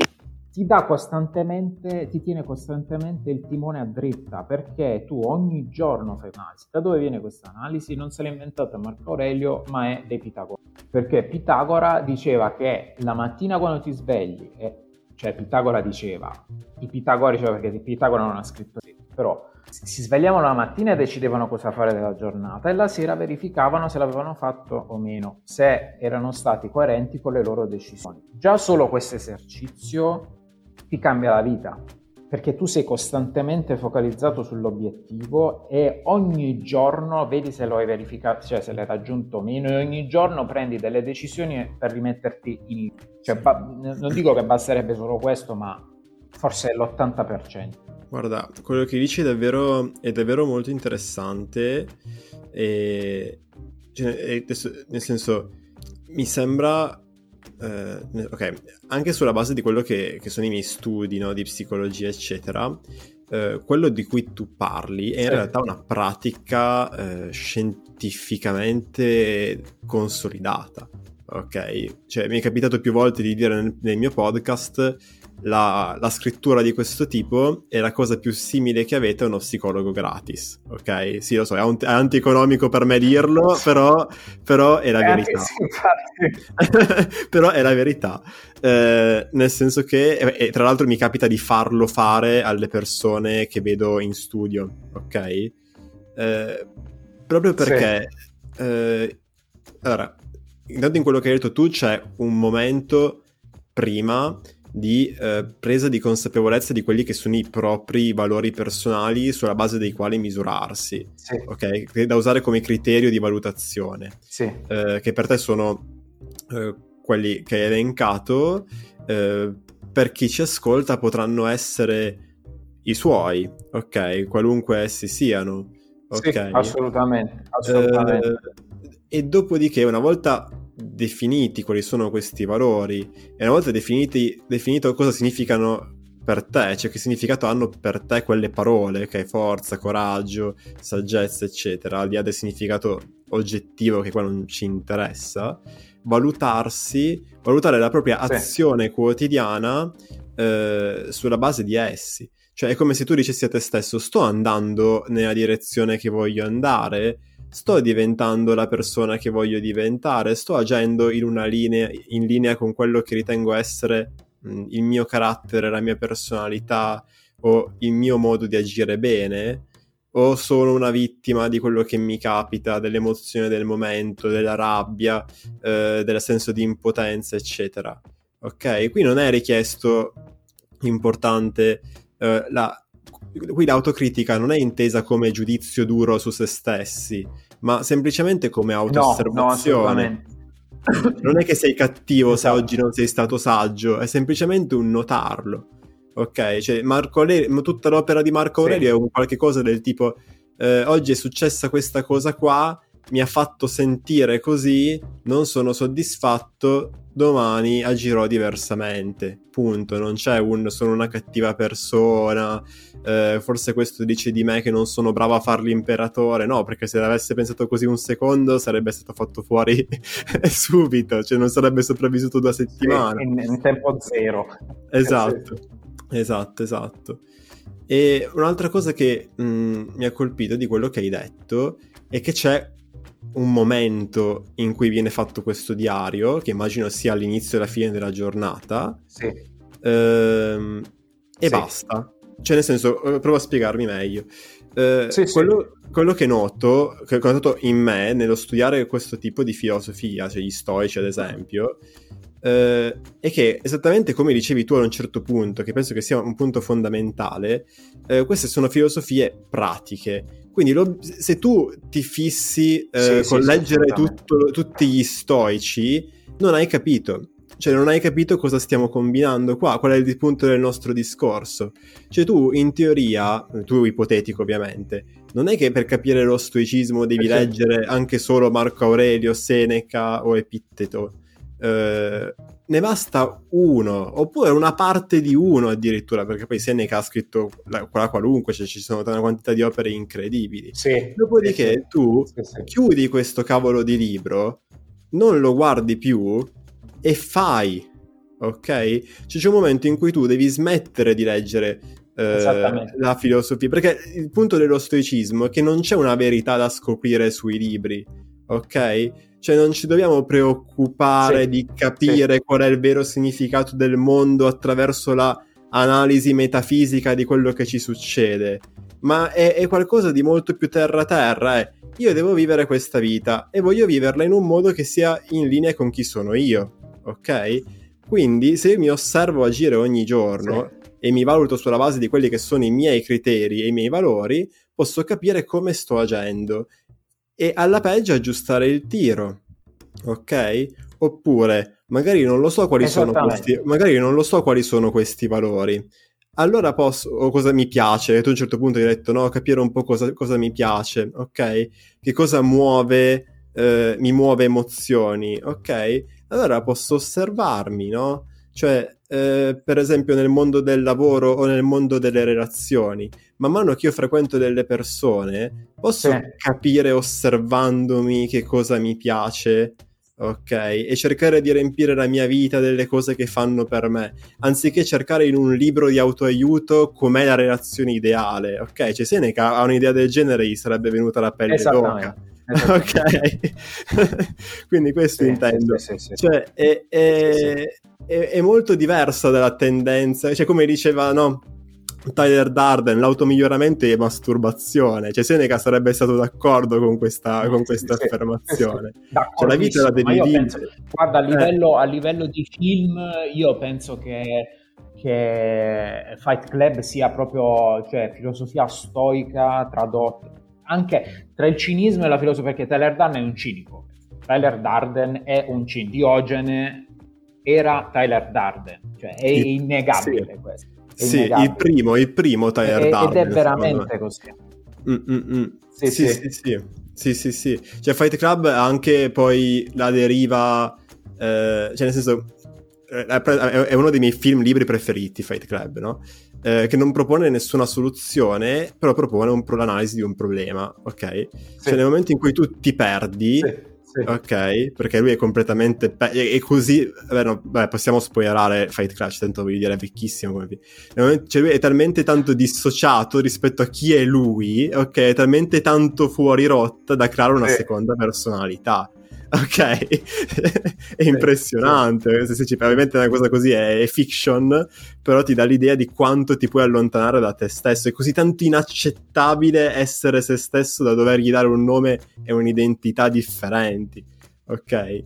ti dà costantemente, ti tiene costantemente il timone a dritta, perché tu ogni giorno fai un'analisi. Da dove viene questa analisi? Non se l'ha inventata Marco Aurelio, ma è dei Pitagora. Perché Pitagora diceva che la mattina quando ti svegli e cioè Pitagora diceva, i pitagorici, perché Pitagora non ha scritto così, però si svegliavano la mattina e decidevano cosa fare della giornata e la sera verificavano se l'avevano fatto o meno, se erano stati coerenti con le loro decisioni. Già solo questo esercizio ti cambia la vita, perché tu sei costantemente focalizzato sull'obiettivo e ogni giorno vedi se lo hai verificato, cioè se l'hai raggiunto o meno, e ogni giorno prendi delle decisioni per rimetterti in... Cioè, ba- non dico che basterebbe solo questo, ma forse è l'ottanta per cento. Guarda, quello che dici è davvero, è davvero molto interessante e, cioè, e adesso, nel senso, mi sembra, eh, ok, anche sulla base di quello che, che sono i miei studi, no, di psicologia, eccetera, eh, quello di cui tu parli è in Sì. realtà una pratica eh, scientificamente consolidata, ok? Cioè, mi è capitato più volte di dire nel, nel mio podcast... La, la scrittura di questo tipo è la cosa più simile che avete a uno psicologo gratis, ok? Sì, lo so, è, un, è anti-economico per me dirlo, però, però è la verità. Però è la verità, eh, nel senso che e, e tra l'altro mi capita di farlo fare alle persone che vedo in studio, ok? Eh, proprio perché sì. eh, allora, intanto in quello che hai detto tu c'è un momento prima di eh, presa di consapevolezza di quelli che sono i propri valori personali sulla base dei quali misurarsi, sì. ok? Da usare come criterio di valutazione, sì. eh, che per te sono eh, quelli che hai elencato, eh, per chi ci ascolta potranno essere i suoi, ok? Qualunque essi siano, ok? Sì, assolutamente, assolutamente. Eh, e dopodiché, una volta definiti quali sono questi valori e una volta definiti, definito cosa significano per te, cioè che significato hanno per te quelle parole, ok? Forza, coraggio, saggezza, eccetera, al di là del significato oggettivo che qua non ci interessa, valutarsi, valutare la propria azione sì. quotidiana eh, sulla base di essi. Cioè è come se tu dicessi a te stesso: sto andando nella direzione che voglio andare? Sto diventando la persona che voglio diventare? Sto agendo in una linea, in linea con quello che ritengo essere mh, il mio carattere, la mia personalità o il mio modo di agire bene? O sono una vittima di quello che mi capita, dell'emozione del momento, della rabbia, eh, del senso di impotenza, eccetera? Ok? Qui non è richiesto, importante, eh, la... qui l'autocritica non è intesa come giudizio duro su se stessi, ma semplicemente come autoosservazione. No, no, non è che sei cattivo esatto. se oggi non sei stato saggio, è semplicemente un notarlo. Ok, cioè Marco Aurelio, tutta l'opera di Marco Aurelio sì. è un qualche cosa del tipo eh, oggi è successa questa cosa qua, mi ha fatto sentire così, non sono soddisfatto, domani agirò diversamente, punto. Non c'è un sono una cattiva persona, eh, forse questo dice di me che non sono bravo a far l'imperatore, no, perché se avesse pensato così un secondo sarebbe stato fatto fuori subito, cioè non sarebbe sopravvissuto due settimane. Sì, in, in tempo zero. Esatto, sì. esatto, esatto. E un'altra cosa che mh, mi ha colpito di quello che hai detto è che c'è un momento in cui viene fatto questo diario, che immagino sia all'inizio e alla fine della giornata, sì. ehm, e sì. basta. Cioè, nel senso, provo a spiegarmi meglio. Eh, sì, quello, sì. quello che noto, che ho notato in me nello studiare questo tipo di filosofia, cioè gli stoici ad esempio, eh, è che esattamente come dicevi tu a un certo punto, che penso che sia un punto fondamentale, eh, queste sono filosofie pratiche. Quindi lo, se tu ti fissi eh, sì, con sì, leggere sì, tutto, tutti gli stoici, non hai capito. Cioè non hai capito cosa stiamo combinando qua, qual è il punto del nostro discorso. Cioè tu in teoria, tu ipotetico ovviamente, non è che per capire lo stoicismo devi perché... leggere anche solo Marco Aurelio, Seneca o Epitteto. Uh, ne basta uno, oppure una parte di uno addirittura, perché poi Seneca ha scritto la, la qualunque, cioè ci sono una quantità di opere incredibili. Sì, Dopodiché sì, tu sì, sì. chiudi questo cavolo di libro, non lo guardi più e fai, ok? Cioè c'è un momento in cui tu devi smettere di leggere eh, la filosofia, perché il punto dello stoicismo è che non c'è una verità da scoprire sui libri, ok? Cioè non ci dobbiamo preoccupare Sì, di capire sì. qual è il vero significato del mondo attraverso la analisi metafisica di quello che ci succede, ma è, è qualcosa di molto più terra-terra. Eh. Io devo vivere questa vita e voglio viverla in un modo che sia in linea con chi sono io, ok? Quindi se io mi osservo agire ogni giorno Sì. e mi valuto sulla base di quelli che sono i miei criteri e i miei valori, posso capire come sto agendo e alla peggio aggiustare il tiro, ok? Oppure magari non lo so quali sono questi, magari non lo so quali sono questi valori. Allora posso, o cosa mi piace, tu a un certo punto hai detto no, capire un po' cosa, cosa mi piace, ok? Che cosa muove, eh, mi muove emozioni, ok? Allora posso osservarmi, no? Cioè, eh, per esempio nel mondo del lavoro o nel mondo delle relazioni, man mano che io frequento delle persone, posso Sì. capire osservandomi che cosa mi piace, ok? E cercare di riempire la mia vita delle cose che fanno per me, anziché cercare in un libro di autoaiuto com'è la relazione ideale, ok? Cioè Seneca ha un'idea del genere, gli sarebbe venuta la pelle d'oca. Ok? Quindi questo sì, intendo. sì, sì, sì, cioè è, è, sì, sì. È, è molto diversa dalla tendenza, cioè come diceva no Tyler Durden, l'automiglioramento è masturbazione, cioè Seneca sarebbe stato d'accordo con questa, con questa Sì, affermazione. sì, Cioè la vita la d'accordissimo, ma devi io vivere. penso, guarda, a Eh. livello, a livello di film, io penso che, che Fight Club sia proprio, cioè, filosofia stoica tradotta, anche tra il cinismo e la filosofia, perché Tyler Durden è un cinico, Tyler Durden è un cinico, Diogene era Tyler Durden, cioè è Il, innegabile sì. questo. Sì, il primo, il primo Tyler Durden. Ed è veramente così. Mm-mm. Sì, sì, sì, sì, sì, sì, sì, sì. Cioè Fight Club ha anche poi la deriva, eh, cioè nel senso, eh, è uno dei miei film libri preferiti, Fight Club, no? Eh, che non propone nessuna soluzione, però propone un, l'analisi di un problema, ok? Sì. Cioè nel momento in cui tu ti perdi, sì. Sì. Ok, perché lui è completamente pe- e così, vabbè, no, beh, possiamo spoilerare Fight Club, tanto voglio dire è vecchissimo come film. Momento, cioè lui è talmente tanto dissociato rispetto a chi è lui, ok, è talmente tanto fuori rotta da creare una sì. seconda personalità. Ok, è impressionante. Sì, sì. Se, se, ovviamente una cosa così è, è fiction, però ti dà l'idea di quanto ti puoi allontanare da te stesso. È così tanto inaccettabile essere se stesso da dovergli dare un nome e un'identità differenti. Ok, eh,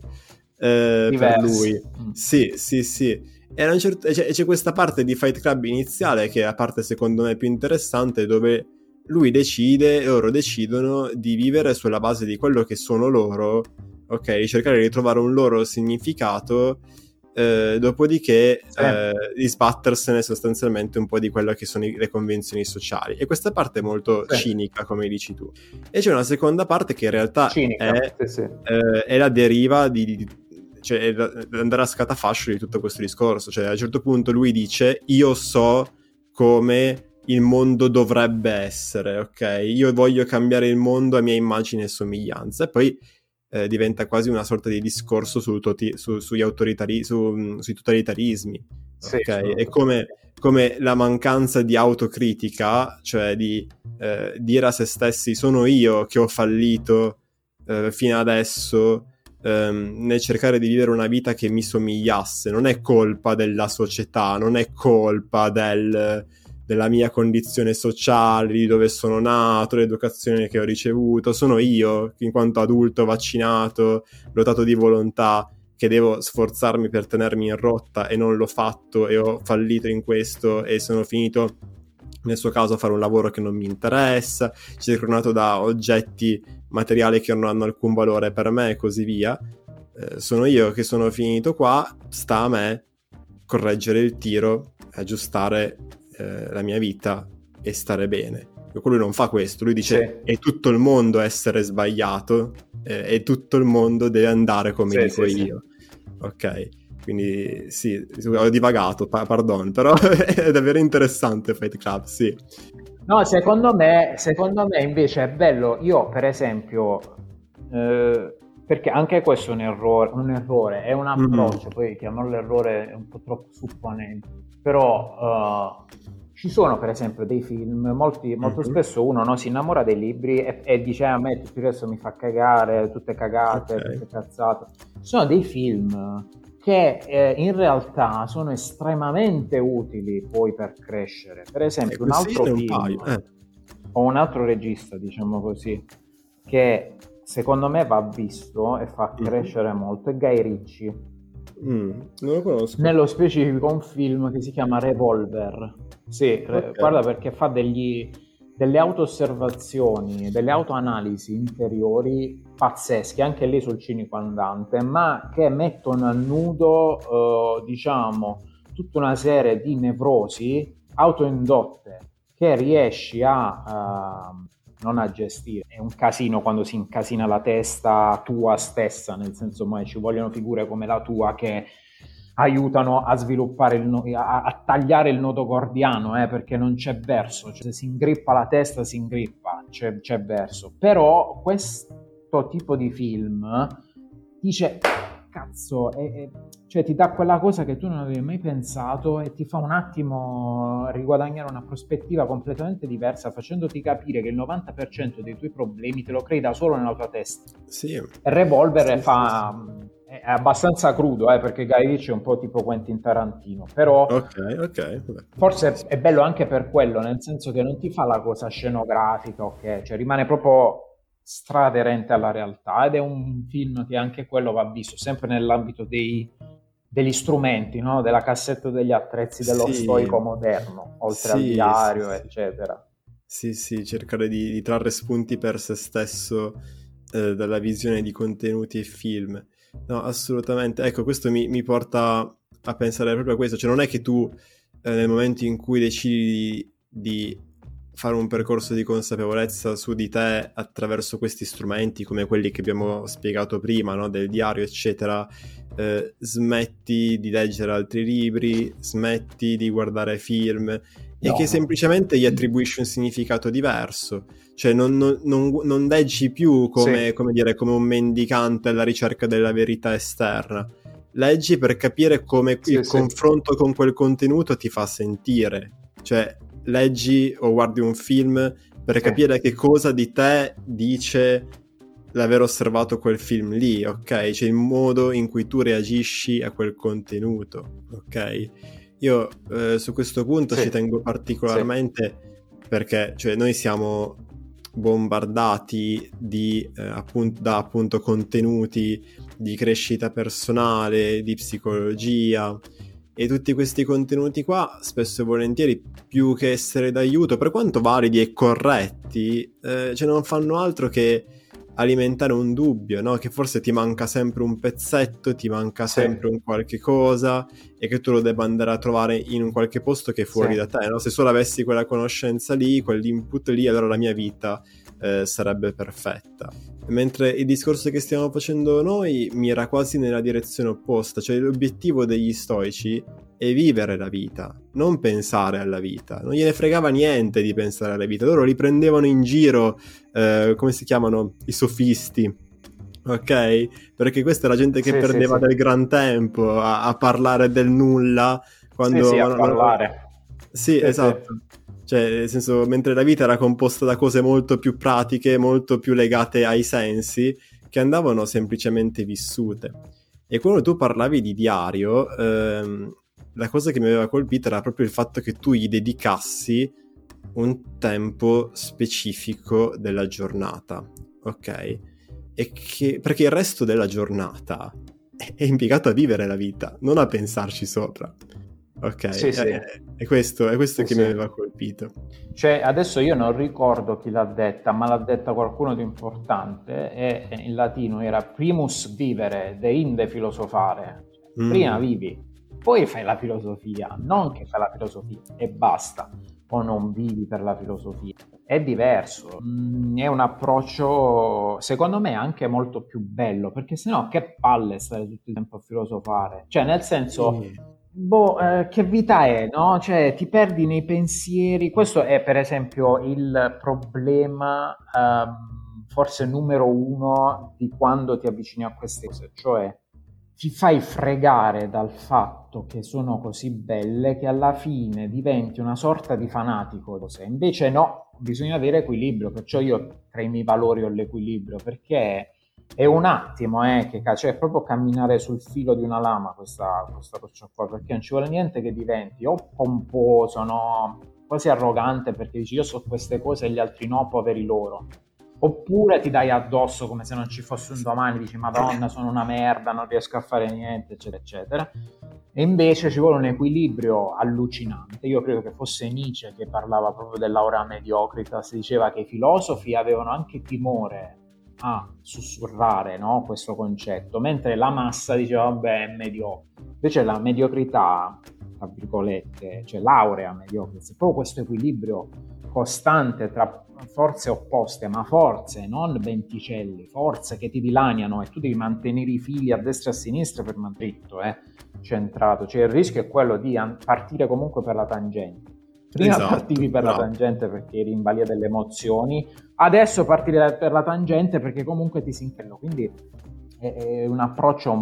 per lui, sì, sì, sì. E un certo, c'è, c'è questa parte di Fight Club iniziale che è la parte secondo me più interessante, dove lui decide e loro decidono di vivere sulla base di quello che sono loro, ok, di cercare di trovare un loro significato, eh, dopodiché sì. eh, di sbattersene sostanzialmente un po' di quello che sono le convenzioni sociali. E questa parte è molto sì. cinica, come dici tu. E c'è una seconda parte che in realtà cinica, è, sì, sì. Eh, è la deriva di, di cioè andare a scatafascio di tutto questo discorso. Cioè a un certo punto lui dice io so come il mondo dovrebbe essere, ok? Io voglio cambiare il mondo a mia immagine e somiglianza. E poi eh, diventa quasi una sorta di discorso sul toti- su, sugli autoritari- su, sui totalitarismi, ok? Sì, e come, come la mancanza di autocritica, cioè di eh, dire a se stessi sono io che ho fallito eh, fino adesso ehm, nel cercare di vivere una vita che mi somigliasse, non è colpa della società, non è colpa del... della mia condizione sociale, di dove sono nato, l'educazione che ho ricevuto, sono io, in quanto adulto vaccinato, dotato di volontà, che devo sforzarmi per tenermi in rotta e non l'ho fatto e ho fallito in questo e sono finito nel suo caso a fare un lavoro che non mi interessa, circondato da oggetti materiali che non hanno alcun valore per me e così via. Eh, sono io che sono finito qua, sta a me correggere il tiro, aggiustare la mia vita e stare bene. Lui non fa questo, lui dice sì. è tutto il mondo essere sbagliato eh, e tutto il mondo deve andare come sì, dico sì, io sì. Ok, quindi sì, ho divagato, pa- pardon, però è davvero interessante Fight Club, sì. No, secondo me secondo me invece è bello. Io per esempio eh, perché anche questo è un errore, un errore è un approccio, mm-hmm. Poi chiamarlo errore è un po' troppo supponente, però uh, ci sono per esempio dei film, molti, molto Mhm. spesso uno, no, si innamora dei libri e, e dice a me tutto il resto mi fa cagare, tutte cagate, Ok. tutte cazzate. Ci sono dei film che eh, in realtà sono estremamente utili poi per crescere. Per Eh, esempio un altro consigliane un film paio. Eh. o un altro regista, diciamo così, che secondo me va visto e fa Mhm. crescere molto è Guy Ritchie. Mm, non lo conosco. Nello specifico un film che si chiama Revolver. Sì, re- Ok. guarda perché fa degli, delle auto-osservazioni, delle autoanalisi interiori pazzesche, anche lì sul cinico andante, ma che mettono a nudo, eh, diciamo, tutta una serie di nevrosi autoindotte che riesci a, eh, non a gestire. È un casino quando si incasina la testa tua stessa, nel senso mai ci vogliono figure come la tua che aiutano a sviluppare il no- a, a tagliare il nodo gordiano, eh, perché non c'è verso, cioè, se si ingrippa la testa si ingrippa, c'è, c'è verso. Però questo tipo di film dice cazzo, è, è, cioè ti dà quella cosa che tu non avevi mai pensato e ti fa un attimo riguadagnare una prospettiva completamente diversa, facendoti capire che il novanta per cento dei tuoi problemi te lo crei da solo nella tua testa. Sì. Il Revolver Sì, fa, sì, sì. è abbastanza crudo, eh, perché Guy Ritchie è un po' tipo Quentin Tarantino, però Ok, ok. Vabbè. forse è bello anche per quello, nel senso che non ti fa la cosa scenografica, ok? Cioè rimane proprio straderente alla realtà ed è un film che anche quello va visto, sempre nell'ambito dei, degli strumenti, no? Della cassetta degli attrezzi dello Sì, stoico moderno, oltre al sì, sì, diario, sì. eccetera. Sì, sì, cercare di, di trarre spunti per se stesso eh, dalla visione di contenuti e film. No, assolutamente. Ecco, questo mi, mi porta a pensare proprio a questo. Cioè, non è che tu eh, nel momento in cui decidi di fare un percorso di consapevolezza su di te attraverso questi strumenti, come quelli che abbiamo spiegato prima, no? Del diario, eccetera, eh, smetti di leggere altri libri, smetti di guardare film e No, che no. semplicemente gli attribuisci un significato diverso. Cioè non, non, non, non leggi più come, Sì, come dire, come un mendicante alla ricerca della verità esterna. Leggi per capire come sì, il sì, confronto con quel contenuto ti fa sentire. Cioè, leggi o guardi un film per sì. capire che cosa di te dice l'aver osservato quel film lì, ok? Cioè il modo in cui tu reagisci a quel contenuto, ok? Io eh, su questo punto Sì, ci tengo sì. particolarmente perché cioè, noi siamo bombardati di, eh, appunto, da appunto contenuti di crescita personale, di psicologia e tutti questi contenuti qua spesso e volentieri più che essere d'aiuto, per quanto validi e corretti, eh, cioè non fanno altro che alimentare un dubbio, no? Che forse ti manca sempre un pezzetto, ti manca Sì, sempre un qualche cosa e che tu lo debba andare a trovare in un qualche posto che è sì. fuori da te, no? Se solo avessi quella conoscenza lì, quell'input lì, allora la mia vita eh, sarebbe perfetta. Mentre il discorso che stiamo facendo noi mira quasi nella direzione opposta, cioè l'obiettivo degli stoici è vivere la vita, non pensare alla vita. Non gliene fregava niente di pensare alla vita, loro li prendevano in giro, eh, come si chiamano? I sofisti, ok? Perché questa è la gente che Sì, sì, perdeva sì. del gran tempo a, a parlare del nulla, Sì, quando... sì, ma a no- ma no- parlare. Sì, Sì, sì. esatto. Cioè, nel senso, mentre la vita era composta da cose molto più pratiche, molto più legate ai sensi, che andavano semplicemente vissute. E quando tu parlavi di diario, ehm, la cosa che mi aveva colpito era proprio il fatto che tu gli dedicassi un tempo specifico della giornata, ok? E che, perché il resto della giornata è, è impiegato a vivere la vita, non a pensarci sopra. Ok, Sì, è, sì. è questo, è questo Sì, che mi sì. aveva colpito. Cioè, adesso io non ricordo chi l'ha detta, ma l'ha detta qualcuno di importante e in latino era primus vivere, deinde filosofare. Prima Mm, vivi, poi fai la filosofia, non che fai la filosofia e basta, o non vivi per la filosofia. È diverso, mm, è un approccio secondo me anche molto più bello, perché sennò che palle stare tutto il tempo a filosofare. Cioè, nel senso, sì, boh, eh, che vita è, no? Cioè, ti perdi nei pensieri. Questo è, per esempio, il problema, ehm, forse numero uno di quando ti avvicini a queste cose. Cioè, ti fai fregare dal fatto che sono così belle che alla fine diventi una sorta di fanatico. Invece no, bisogna avere equilibrio, perciò io tra i miei valori ho l'equilibrio, perché è un attimo eh, che cioè è proprio camminare sul filo di una lama questa, questa cosa qua, perché non ci vuole niente che diventi o pomposo, no? Quasi arrogante perché dici io so queste cose e gli altri no, poveri loro. Oppure ti dai addosso come se non ci fosse un domani, dici madonna sono una merda, non riesco a fare niente, eccetera eccetera. E invece ci vuole un equilibrio allucinante. Io credo che fosse Nietzsche che parlava proprio dell'aura mediocritas, diceva che i filosofi avevano anche timore a sussurrare, no, questo concetto, mentre la massa diceva vabbè è mediocre. Invece la mediocrità, tra virgolette, cioè l'aurea mediocrità, è proprio questo equilibrio costante tra forze opposte, ma forze, non venticelli, forze che ti dilaniano e tu devi mantenere i fili a destra e a sinistra per mantenere dritto, eh, centrato. Cioè il rischio è quello di partire comunque per la tangente. Prima esatto, partivi per bravo. la tangente perché eri in balia delle emozioni, adesso partire per la tangente perché comunque ti si inchella. Quindi è, è un approccio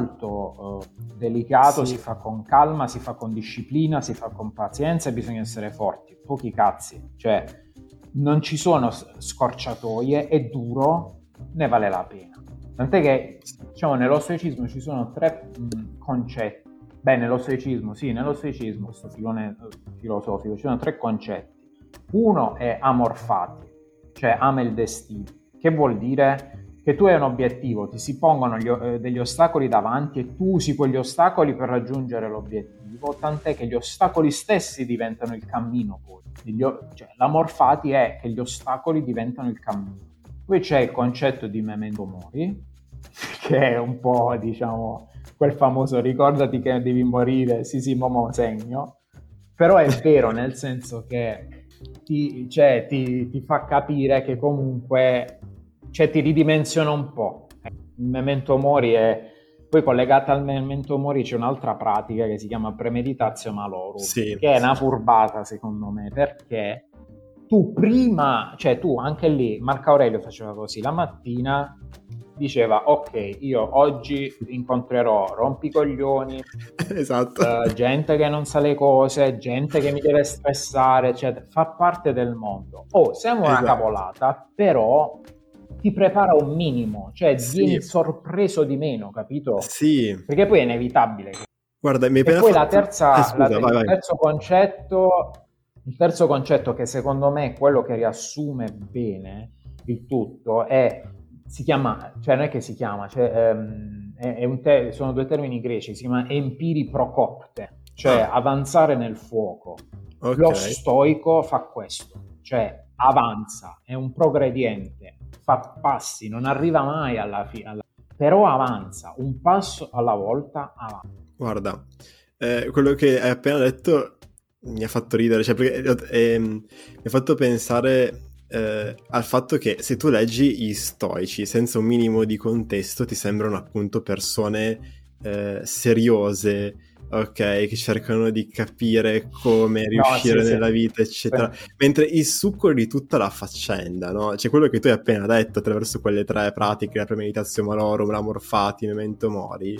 molto uh, delicato, sì. Si fa con calma, si fa con disciplina, si fa con pazienza e bisogna essere forti, pochi cazzi, cioè non ci sono scorciatoie, è duro, ne vale la pena. Tant'è che diciamo nello stoicismo ci sono tre mh, concetti. Beh, nello stoicismo, sì, nello stoicismo, questo filone filosofico, ci sono tre concetti. Uno è amor fati, cioè ama il destino, che vuol dire che tu hai un obiettivo, ti si pongono gli, eh, degli ostacoli davanti e tu usi quegli ostacoli per raggiungere l'obiettivo, tant'è che gli ostacoli stessi diventano il cammino poi. Gli, cioè, l'amor fati è che gli ostacoli diventano il cammino. Poi c'è il concetto di memento mori, che è un po', diciamo, quel famoso ricordati che devi morire, sì sì, mo segno, però è vero nel senso che ti, cioè, ti, ti fa capire che comunque cioè, ti ridimensiona un po'. Il memento mori è poi collegata al memento mori c'è un'altra pratica che si chiama premeditatio malorum, sì, che è una furbata secondo me, perché tu prima, cioè tu anche lì, Marco Aurelio faceva così, la mattina diceva ok, io oggi incontrerò rompicoglioni, esatto. uh, gente che non sa le cose, gente che mi deve stressare, eccetera. Fa parte del mondo. Oh, sembra una esatto. cavolata, però ti prepara un minimo, cioè sì. vieni sorpreso di meno, capito? Sì. Perché poi è inevitabile. Guarda, mi hai appena e poi fatto... la terza, eh, scusa, la, vai, il vai. terzo concetto, il terzo concetto che secondo me è quello che riassume bene il tutto è si chiama, cioè non è che si chiama, cioè, um, è, è un te- sono due termini greci, si chiama empiri prokopte, cioè ah. avanzare nel fuoco. Okay. Lo stoico fa questo, cioè avanza, è un progrediente, fa passi, non arriva mai alla fine, però avanza, un passo alla volta avanza. Guarda, eh, quello che hai appena detto mi ha fatto ridere, cioè perché eh, mi ha fatto pensare... Eh, al fatto che se tu leggi gli stoici senza un minimo di contesto ti sembrano appunto persone eh, seriose, ok, che cercano di capire come riuscire no, sì, nella sì. vita eccetera, sì. Mentre il succo di tutta la faccenda, no? Cioè quello che tu hai appena detto attraverso quelle tre pratiche, la premeditatio malorum, l'amor fati, memento mori,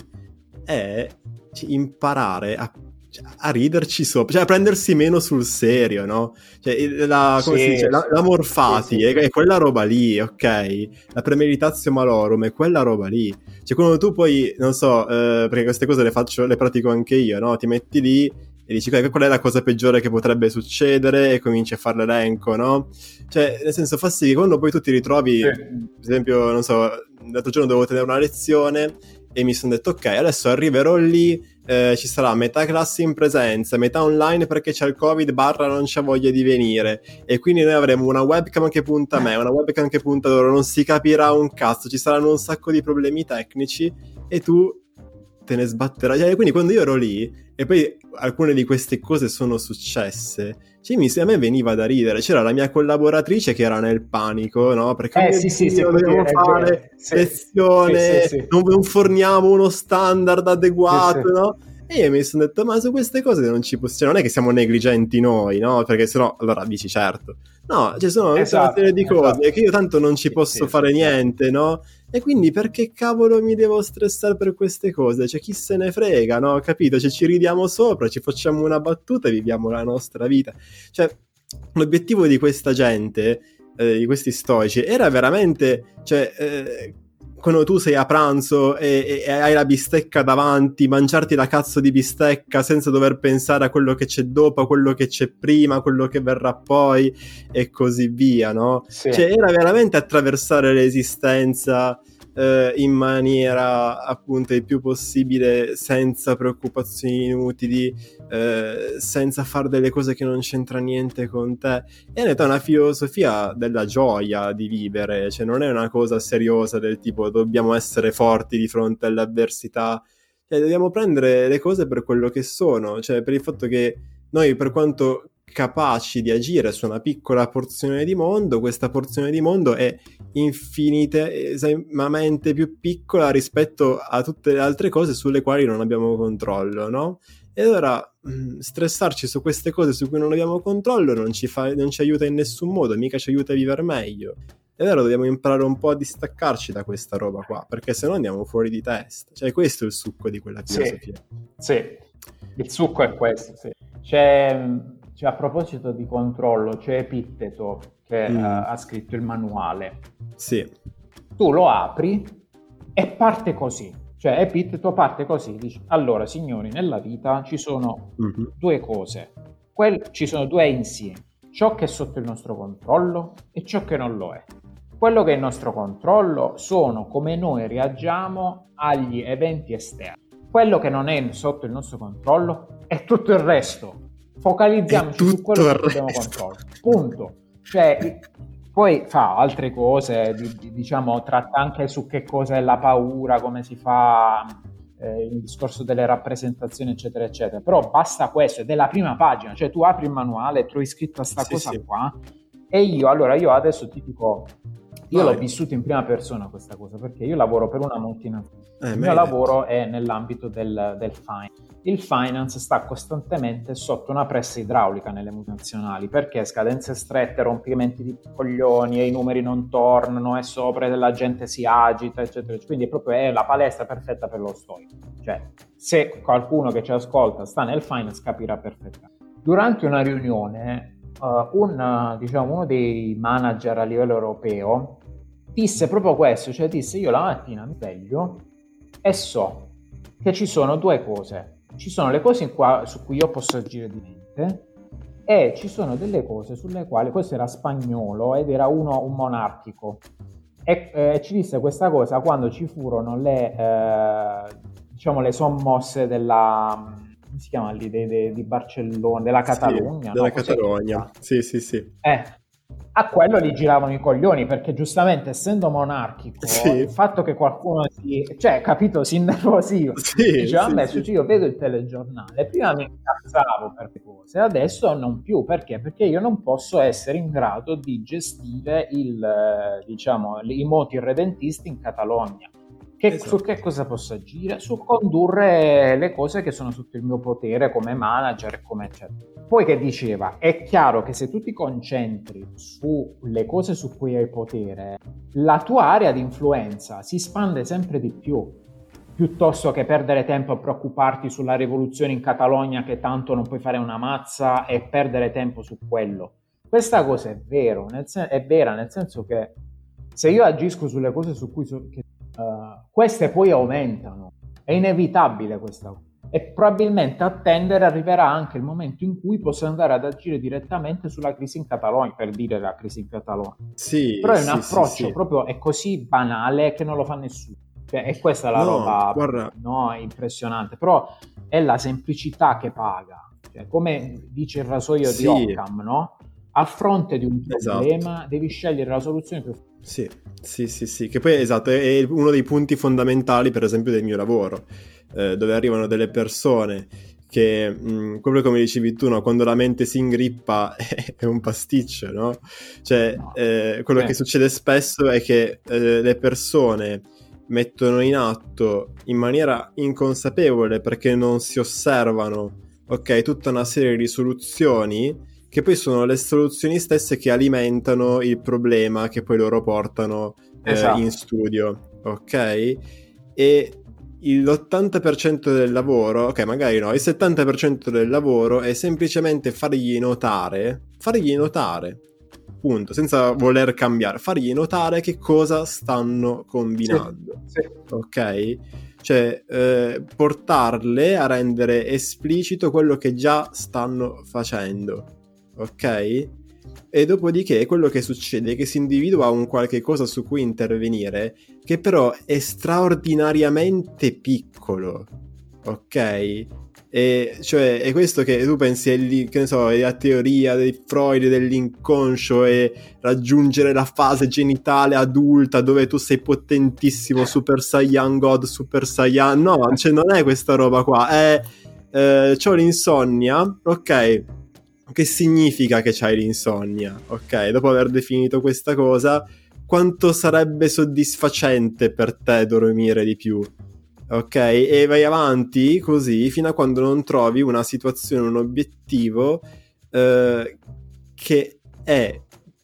è cioè, imparare a a riderci sopra, cioè a prendersi meno sul serio, no? Cioè, la, come sì, si dice? La, l'amor fati sì, sì. È, è quella roba lì, ok? La premeditatio malorum è quella roba lì. Cioè, quando tu poi, non so, eh, perché queste cose le faccio, le pratico anche io, no? Ti metti lì e dici qual è la cosa peggiore che potrebbe succedere e cominci a fare l'elenco, no? Cioè, nel senso, fa sì che quando poi tu ti ritrovi, sì. per esempio, non so, l'altro giorno dovevo tenere una lezione e mi sono detto ok, adesso arriverò lì, eh, ci sarà metà classe in presenza, metà online perché c'è il covid barra non c'ha voglia di venire e quindi noi avremo una webcam che punta a me, una webcam che punta a loro, non si capirà un cazzo, ci saranno un sacco di problemi tecnici e tu te ne sbatterai. E quindi quando io ero lì e poi alcune di queste cose sono successe, cioè, mi, a me veniva da ridere. C'era la mia collaboratrice che era nel panico, no? Perché eh, sì, sì, sì, dobbiamo fare sì, lezione, sì, sì, sì. Non, non forniamo uno standard adeguato, sì, sì. no? E io mi sono detto, ma su queste cose non ci possiamo, non è che siamo negligenti noi, no? Perché sennò, allora dici certo. No, ci sono tutta Esatto, una serie di cose esatto. che io tanto non ci Sì, posso sì, fare sì, niente, no? E quindi perché cavolo mi devo stressare per queste cose? Cioè, chi se ne frega, no? Capito? Cioè, ci ridiamo sopra, ci facciamo una battuta e viviamo la nostra vita. Cioè, l'obiettivo di questa gente, eh, di questi stoici, era veramente, cioè, eh, quando tu sei a pranzo e, e hai la bistecca davanti, mangiarti la cazzo di bistecca senza dover pensare a quello che c'è dopo, a quello che c'è prima, a quello che verrà poi e così via, no? sì. Cioè era veramente attraversare l'esistenza eh, in maniera appunto il più possibile senza preoccupazioni inutili, eh, senza fare delle cose che non c'entra niente con te. È in una filosofia della gioia di vivere, cioè non è una cosa seriosa del tipo dobbiamo essere forti di fronte alle avversità, cioè dobbiamo prendere le cose per quello che sono, cioè per il fatto che noi, per quanto capaci di agire su una piccola porzione di mondo, questa porzione di mondo è infinitesimamente più piccola rispetto a tutte le altre cose sulle quali non abbiamo controllo, no? E allora mh, stressarci su queste cose su cui non abbiamo controllo non ci, fa, non ci aiuta in nessun modo, mica ci aiuta a vivere meglio. E allora dobbiamo imparare un po' a distaccarci da questa roba qua, perché sennò andiamo fuori di testa. Cioè questo è il succo di quella filosofia. Sì, sì. Il succo è questo, sì. C'è, c'è a proposito di controllo, c'è Epitteto che mm. uh, ha scritto il manuale. Sì. Tu lo apri e parte così. Cioè Epitteto parte così, dice, allora signori, nella vita ci sono mm-hmm. due cose, Quel, ci sono due insiemi, ciò che è sotto il nostro controllo e ciò che non lo è. Quello che è il nostro controllo sono come noi reagiamo agli eventi esterni. Quello che non è sotto il nostro controllo è tutto il resto. Focalizziamoci su quello che abbiamo controllo. Punto. Cioè, poi fa altre cose, diciamo, tratta anche su che cosa è la paura, come si fa eh, il discorso delle rappresentazioni, eccetera, eccetera. Però basta questo, ed è la prima pagina. Cioè, tu apri il manuale e trovi scritta sta sì, cosa sì. qua. E io, allora, io adesso ti dico... Io Vai. l'ho vissuto in prima persona questa cosa, perché io lavoro per una multinazionale. Eh, il mio lavoro è nell'ambito del, del finance. Il finance sta costantemente sotto una pressa idraulica nelle multinazionali, perché scadenze strette, rompimenti di coglioni e i numeri non tornano e sopra la gente si agita, eccetera. Quindi è proprio è la palestra perfetta per lo stoico. Cioè, se qualcuno che ci ascolta sta nel finance capirà perfettamente. Durante una riunione, uh, un, diciamo, uno dei manager a livello europeo disse proprio questo, cioè disse io la mattina mi sveglio e so che ci sono due cose, ci sono le cose in qua, su cui io posso agire di mente e ci sono delle cose sulle quali, questo era spagnolo ed era uno un monarchico e eh, ci disse questa cosa quando ci furono le eh, diciamo le sommosse della come si chiama lì, de, de, di Barcellona, della Catalogna, sì, della no? Catalogna, sì sì sì eh a quello gli giravano i coglioni perché giustamente essendo monarchico sì. il fatto che qualcuno si cioè capito si innervosiva sì, diceva sì, a me sì. Io vedo il telegiornale prima mi incazzavo per le cose adesso non più perché perché io non posso essere in grado di gestire il diciamo i moti irredentisti in Catalogna. Che, esatto. Su che cosa posso agire? Su condurre le cose che sono sotto il mio potere come manager e come eccetera. Poi che diceva, è chiaro che se tu ti concentri sulle cose su cui hai potere, la tua area di influenza si espande sempre di più, piuttosto che perdere tempo a preoccuparti sulla rivoluzione in Catalogna che tanto non puoi fare una mazza e perdere tempo su quello. Questa cosa è vero, nel sen- è vera nel senso che se io agisco sulle cose su cui so- che Uh, queste poi aumentano, è inevitabile questa cosa e probabilmente a tendere arriverà anche il momento in cui posso andare ad agire direttamente sulla crisi in Catalogna, per dire la crisi in Catalogna sì, però è sì, un approccio sì, sì. proprio è così banale che non lo fa nessuno, cioè, e questa è la no, roba guarda. no, impressionante, però è la semplicità che paga, cioè, come dice il rasoio sì. di Occam, no? A fronte di un problema esatto. devi scegliere la soluzione più sì, sì, sì, sì, che poi esatto, è uno dei punti fondamentali per esempio del mio lavoro, eh, dove arrivano delle persone che, mh, proprio come dicevi tu, no? Quando la mente si ingrippa è un pasticcio, no? Cioè, no. Eh, quello sì. che succede spesso è che eh, le persone mettono in atto in maniera inconsapevole, perché non si osservano, ok, tutta una serie di soluzioni che poi sono le soluzioni stesse che alimentano il problema che poi loro portano eh, esatto. in studio, ok? E l'ottanta per cento del lavoro, ok, magari no, il settanta per cento del lavoro è semplicemente fargli notare, fargli notare, punto, senza voler cambiare, fargli notare che cosa stanno combinando, sì, sì. ok? Cioè, eh, portarle a rendere esplicito quello che già stanno facendo, ok? E dopodiché quello che succede è che si individua un qualche cosa su cui intervenire, che però è straordinariamente piccolo, ok? E cioè è questo che tu pensi è lì, che ne so, è la teoria di Freud dell'inconscio e raggiungere la fase genitale adulta dove tu sei potentissimo, Super Saiyan God, Super Saiyan, no, cioè non è questa roba qua, è eh, c'ho l'insonnia, ok, che significa che c'hai l'insonnia, ok, dopo aver definito questa cosa, quanto sarebbe soddisfacente per te dormire di più? Ok, e vai avanti così fino a quando non trovi una situazione, un obiettivo eh, che è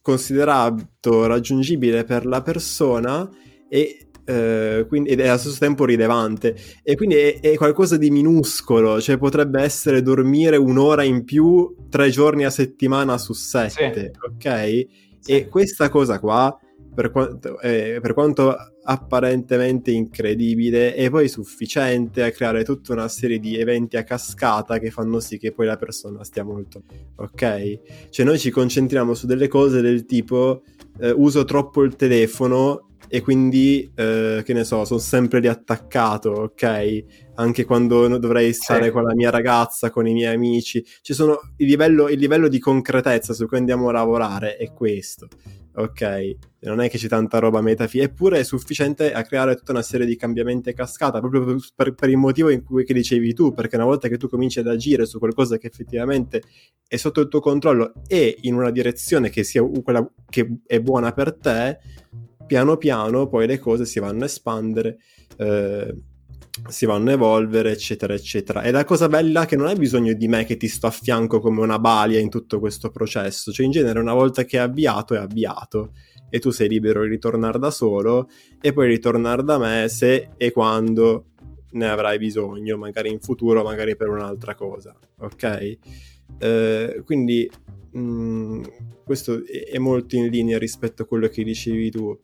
considerato raggiungibile per la persona e eh, quindi, ed è allo stesso tempo rilevante, e quindi è, è qualcosa di minuscolo, cioè potrebbe essere dormire un'ora in più tre giorni a settimana su sette, sì. ok? Sì. E questa cosa qua, per quanto, eh, per quanto apparentemente incredibile, è poi sufficiente a creare tutta una serie di eventi a cascata che fanno sì che poi la persona stia molto, ok? Cioè noi ci concentriamo su delle cose del tipo eh, uso troppo il telefono e quindi eh, che ne so, sono sempre riattaccato, ok? Anche quando dovrei stare sì. con la mia ragazza, con i miei amici, ci sono il livello, il livello di concretezza su cui andiamo a lavorare è questo, ok? Non è che c'è tanta roba metafisica, eppure è sufficiente a creare tutta una serie di cambiamenti a cascata, proprio per, per il motivo in cui che dicevi tu, perché una volta che tu cominci ad agire su qualcosa che effettivamente è sotto il tuo controllo e in una direzione che sia quella che è buona per te, piano piano poi le cose si vanno a espandere, eh, si vanno a evolvere, eccetera eccetera. E la cosa bella è che non hai bisogno di me che ti sto a fianco come una balia in tutto questo processo, cioè in genere una volta che è avviato è avviato e tu sei libero di ritornare da solo e poi ritornare da me se e quando ne avrai bisogno, magari in futuro, magari per un'altra cosa, ok? Eh, quindi mh, questo è molto in linea rispetto a quello che dicevi tu.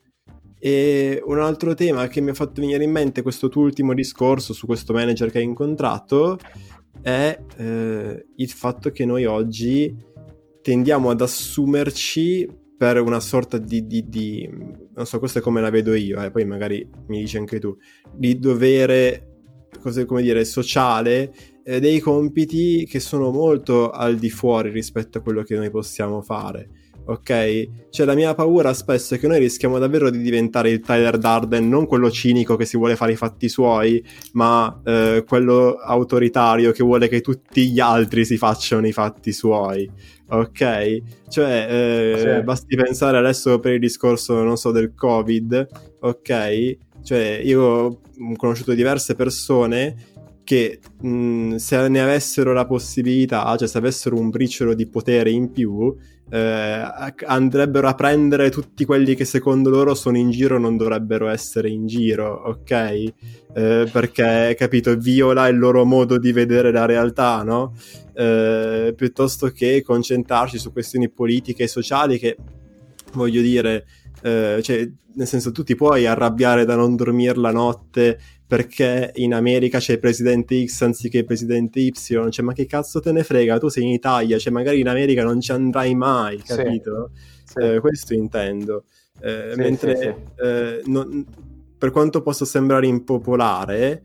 E un altro tema che mi ha fatto venire in mente questo tuo ultimo discorso su questo manager che hai incontrato è eh, il fatto che noi oggi tendiamo ad assumerci per una sorta di, di, di non so, questa è come la vedo io, eh, poi magari mi dici anche tu, di dovere, così, come dire, sociale, eh, dei compiti che sono molto al di fuori rispetto a quello che noi possiamo fare. Ok? Cioè la mia paura spesso è che noi rischiamo davvero di diventare il Tyler Durden, non quello cinico che si vuole fare i fatti suoi, ma eh, quello autoritario che vuole che tutti gli altri si facciano i fatti suoi, ok? Cioè eh, sì. Basti pensare adesso per il discorso, non so, del Covid, ok? Cioè io ho conosciuto diverse persone che mh, se ne avessero la possibilità, cioè se avessero un briciolo di potere in più, eh, andrebbero a prendere tutti quelli che secondo loro sono in giro, non dovrebbero essere in giro, ok? Eh, perché, capito, viola il loro modo di vedere la realtà, no? Eh, piuttosto che concentrarci su questioni politiche e sociali che, voglio dire, eh, cioè, nel senso, tu ti puoi arrabbiare da non dormire la notte perché in America c'è il presidente X anziché il presidente Y, cioè ma che cazzo te ne frega, tu sei in Italia, cioè magari in America non ci andrai mai, capito? Sì, sì. Eh, questo intendo. Eh, sì, mentre sì, sì. Eh, non, per quanto possa sembrare impopolare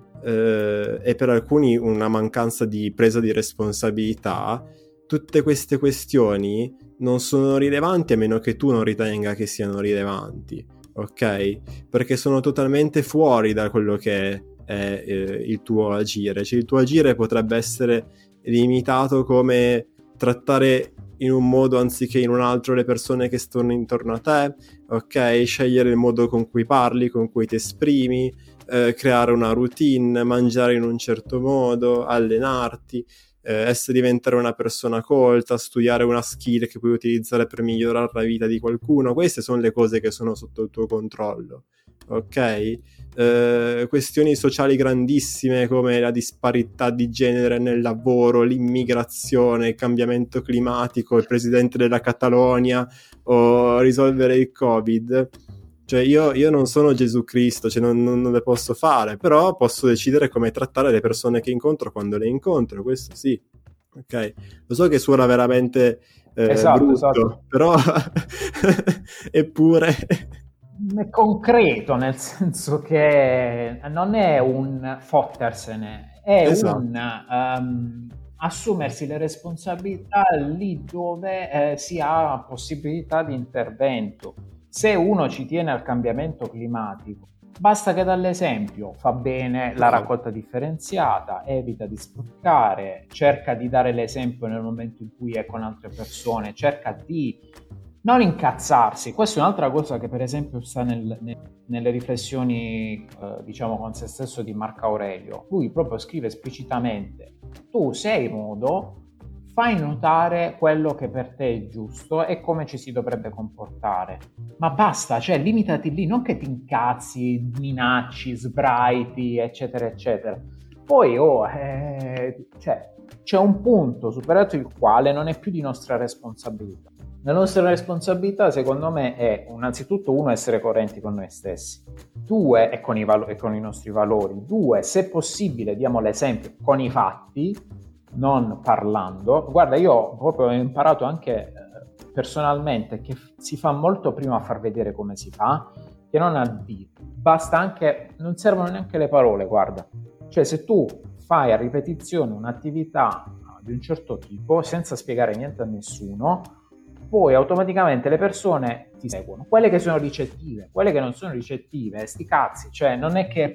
eh, e per alcuni una mancanza di presa di responsabilità, tutte queste questioni non sono rilevanti a meno che tu non ritenga che siano rilevanti, ok? Perché sono totalmente fuori da quello che è, è eh, il tuo agire. Cioè il tuo agire potrebbe essere limitato come trattare in un modo anziché in un altro le persone che stanno intorno a te, ok? Scegliere il modo con cui parli, con cui ti esprimi, eh, creare una routine, mangiare in un certo modo, allenarti, eh, essere diventare una persona colta, studiare una skill che puoi utilizzare per migliorare la vita di qualcuno. Queste sono le cose che sono sotto il tuo controllo, ok? Eh, questioni sociali grandissime come la disparità di genere nel lavoro, l'immigrazione, il cambiamento climatico, il presidente della Catalogna o risolvere il Covid. Cioè io, io non sono Gesù Cristo, cioè non, non, non le posso fare, però posso decidere come trattare le persone che incontro quando le incontro, questo sì, ok? Lo so che suona veramente eh, esatto, brutto, esatto. però eppure... È concreto, nel senso che non è un fottersene, è esatto. un um, assumersi le responsabilità lì dove eh, si ha possibilità di intervento. Se uno ci tiene al cambiamento climatico, basta che dà l'esempio, fa bene la raccolta differenziata, evita di sporcare, cerca di dare l'esempio nel momento in cui è con altre persone, cerca di non incazzarsi. Questa è un'altra cosa che per esempio sta nel, nel, nelle riflessioni eh, diciamo con se stesso di Marco Aurelio. Lui proprio scrive esplicitamente: tu sei modo, fai notare quello che per te è giusto e come ci si dovrebbe comportare, ma basta, cioè limitati lì, non che ti incazzi, minacci, sbraiti eccetera eccetera. Poi oh, eh, cioè, c'è un punto superato il quale non è più di nostra responsabilità. La nostra responsabilità, secondo me, è innanzitutto uno, essere coerenti con noi stessi, due, e con i, valo- e con i nostri valori, due, se possibile diamo l'esempio con i fatti, non parlando. Guarda, io proprio ho imparato anche eh, personalmente che f- si fa molto prima a far vedere come si fa che non a dire. Basta anche, non servono neanche le parole, guarda. Cioè se tu fai a ripetizione un'attività di un certo tipo senza spiegare niente a nessuno, poi automaticamente le persone ti seguono, quelle che sono ricettive, quelle che non sono ricettive, sti cazzi, cioè non è che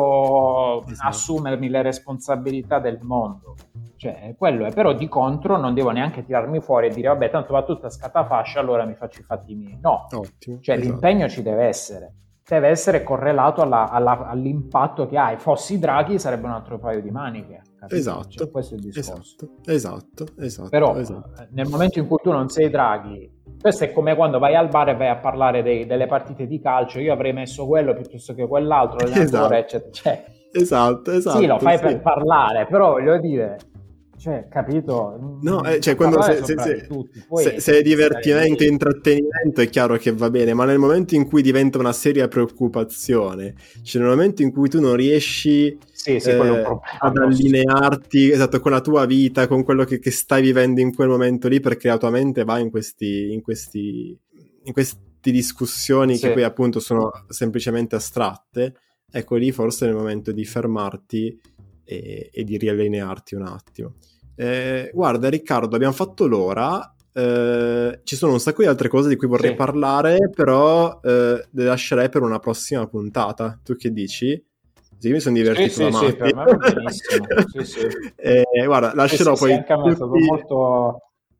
posso esatto. assumermi le responsabilità del mondo, cioè quello è, però di contro non devo neanche tirarmi fuori e dire vabbè tanto va tutta scatafascia, allora mi faccio i fatti miei, no, Ottimo, cioè esatto. l'impegno ci deve essere, deve essere correlato alla, alla, all'impatto che hai. Fossi Draghi sarebbe un altro paio di maniche, capito? Esatto, cioè, questo è il discorso. Esatto, esatto, esatto. Però esatto. nel momento in cui tu non sei Draghi, questo è come quando vai al bar e vai a parlare dei, delle partite di calcio, io avrei messo quello piuttosto che quell'altro, esatto. eccetera. Cioè, esatto, esatto. Sì, lo fai sì. per parlare, però voglio dire... Cioè, capito? No, eh, cioè quando se, se, se, se, se è divertimento e intrattenimento è chiaro che va bene, ma nel momento in cui diventa una seria preoccupazione, cioè nel momento in cui tu non riesci sì, sì, eh, ad allinearti esatto, con la tua vita, con quello che, che stai vivendo in quel momento lì, perché la tua mente va in questi, in questi, in questi discussioni sì. che poi appunto sono semplicemente astratte, ecco lì forse è il momento di fermarti e, e di riallinearti un attimo. Eh, guarda Riccardo, abbiamo fatto l'ora, eh, ci sono un sacco di altre cose di cui vorrei sì. parlare, però eh, le lascerei per una prossima puntata. Tu che dici? Sì, mi sono divertito sì, la sì, sì, per me va benissimo. sì, sì. Eh, guarda, lascerò sì, poi sì, anche a me è stato molto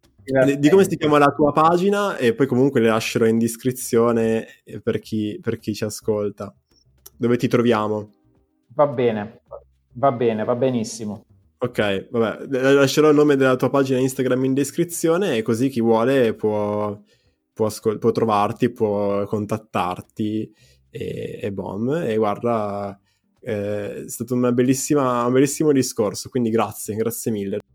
di come si chiama la tua pagina e poi comunque le lascerò in descrizione per chi, per chi ci ascolta. Dove ti troviamo? Va bene, va bene, va benissimo. Ok, vabbè, lascerò il nome della tua pagina Instagram in descrizione e così chi vuole può, può, ascol- può trovarti, può contattarti e, e boom. E guarda, eh, è stato una bellissima, un bellissimo discorso, quindi grazie, grazie mille.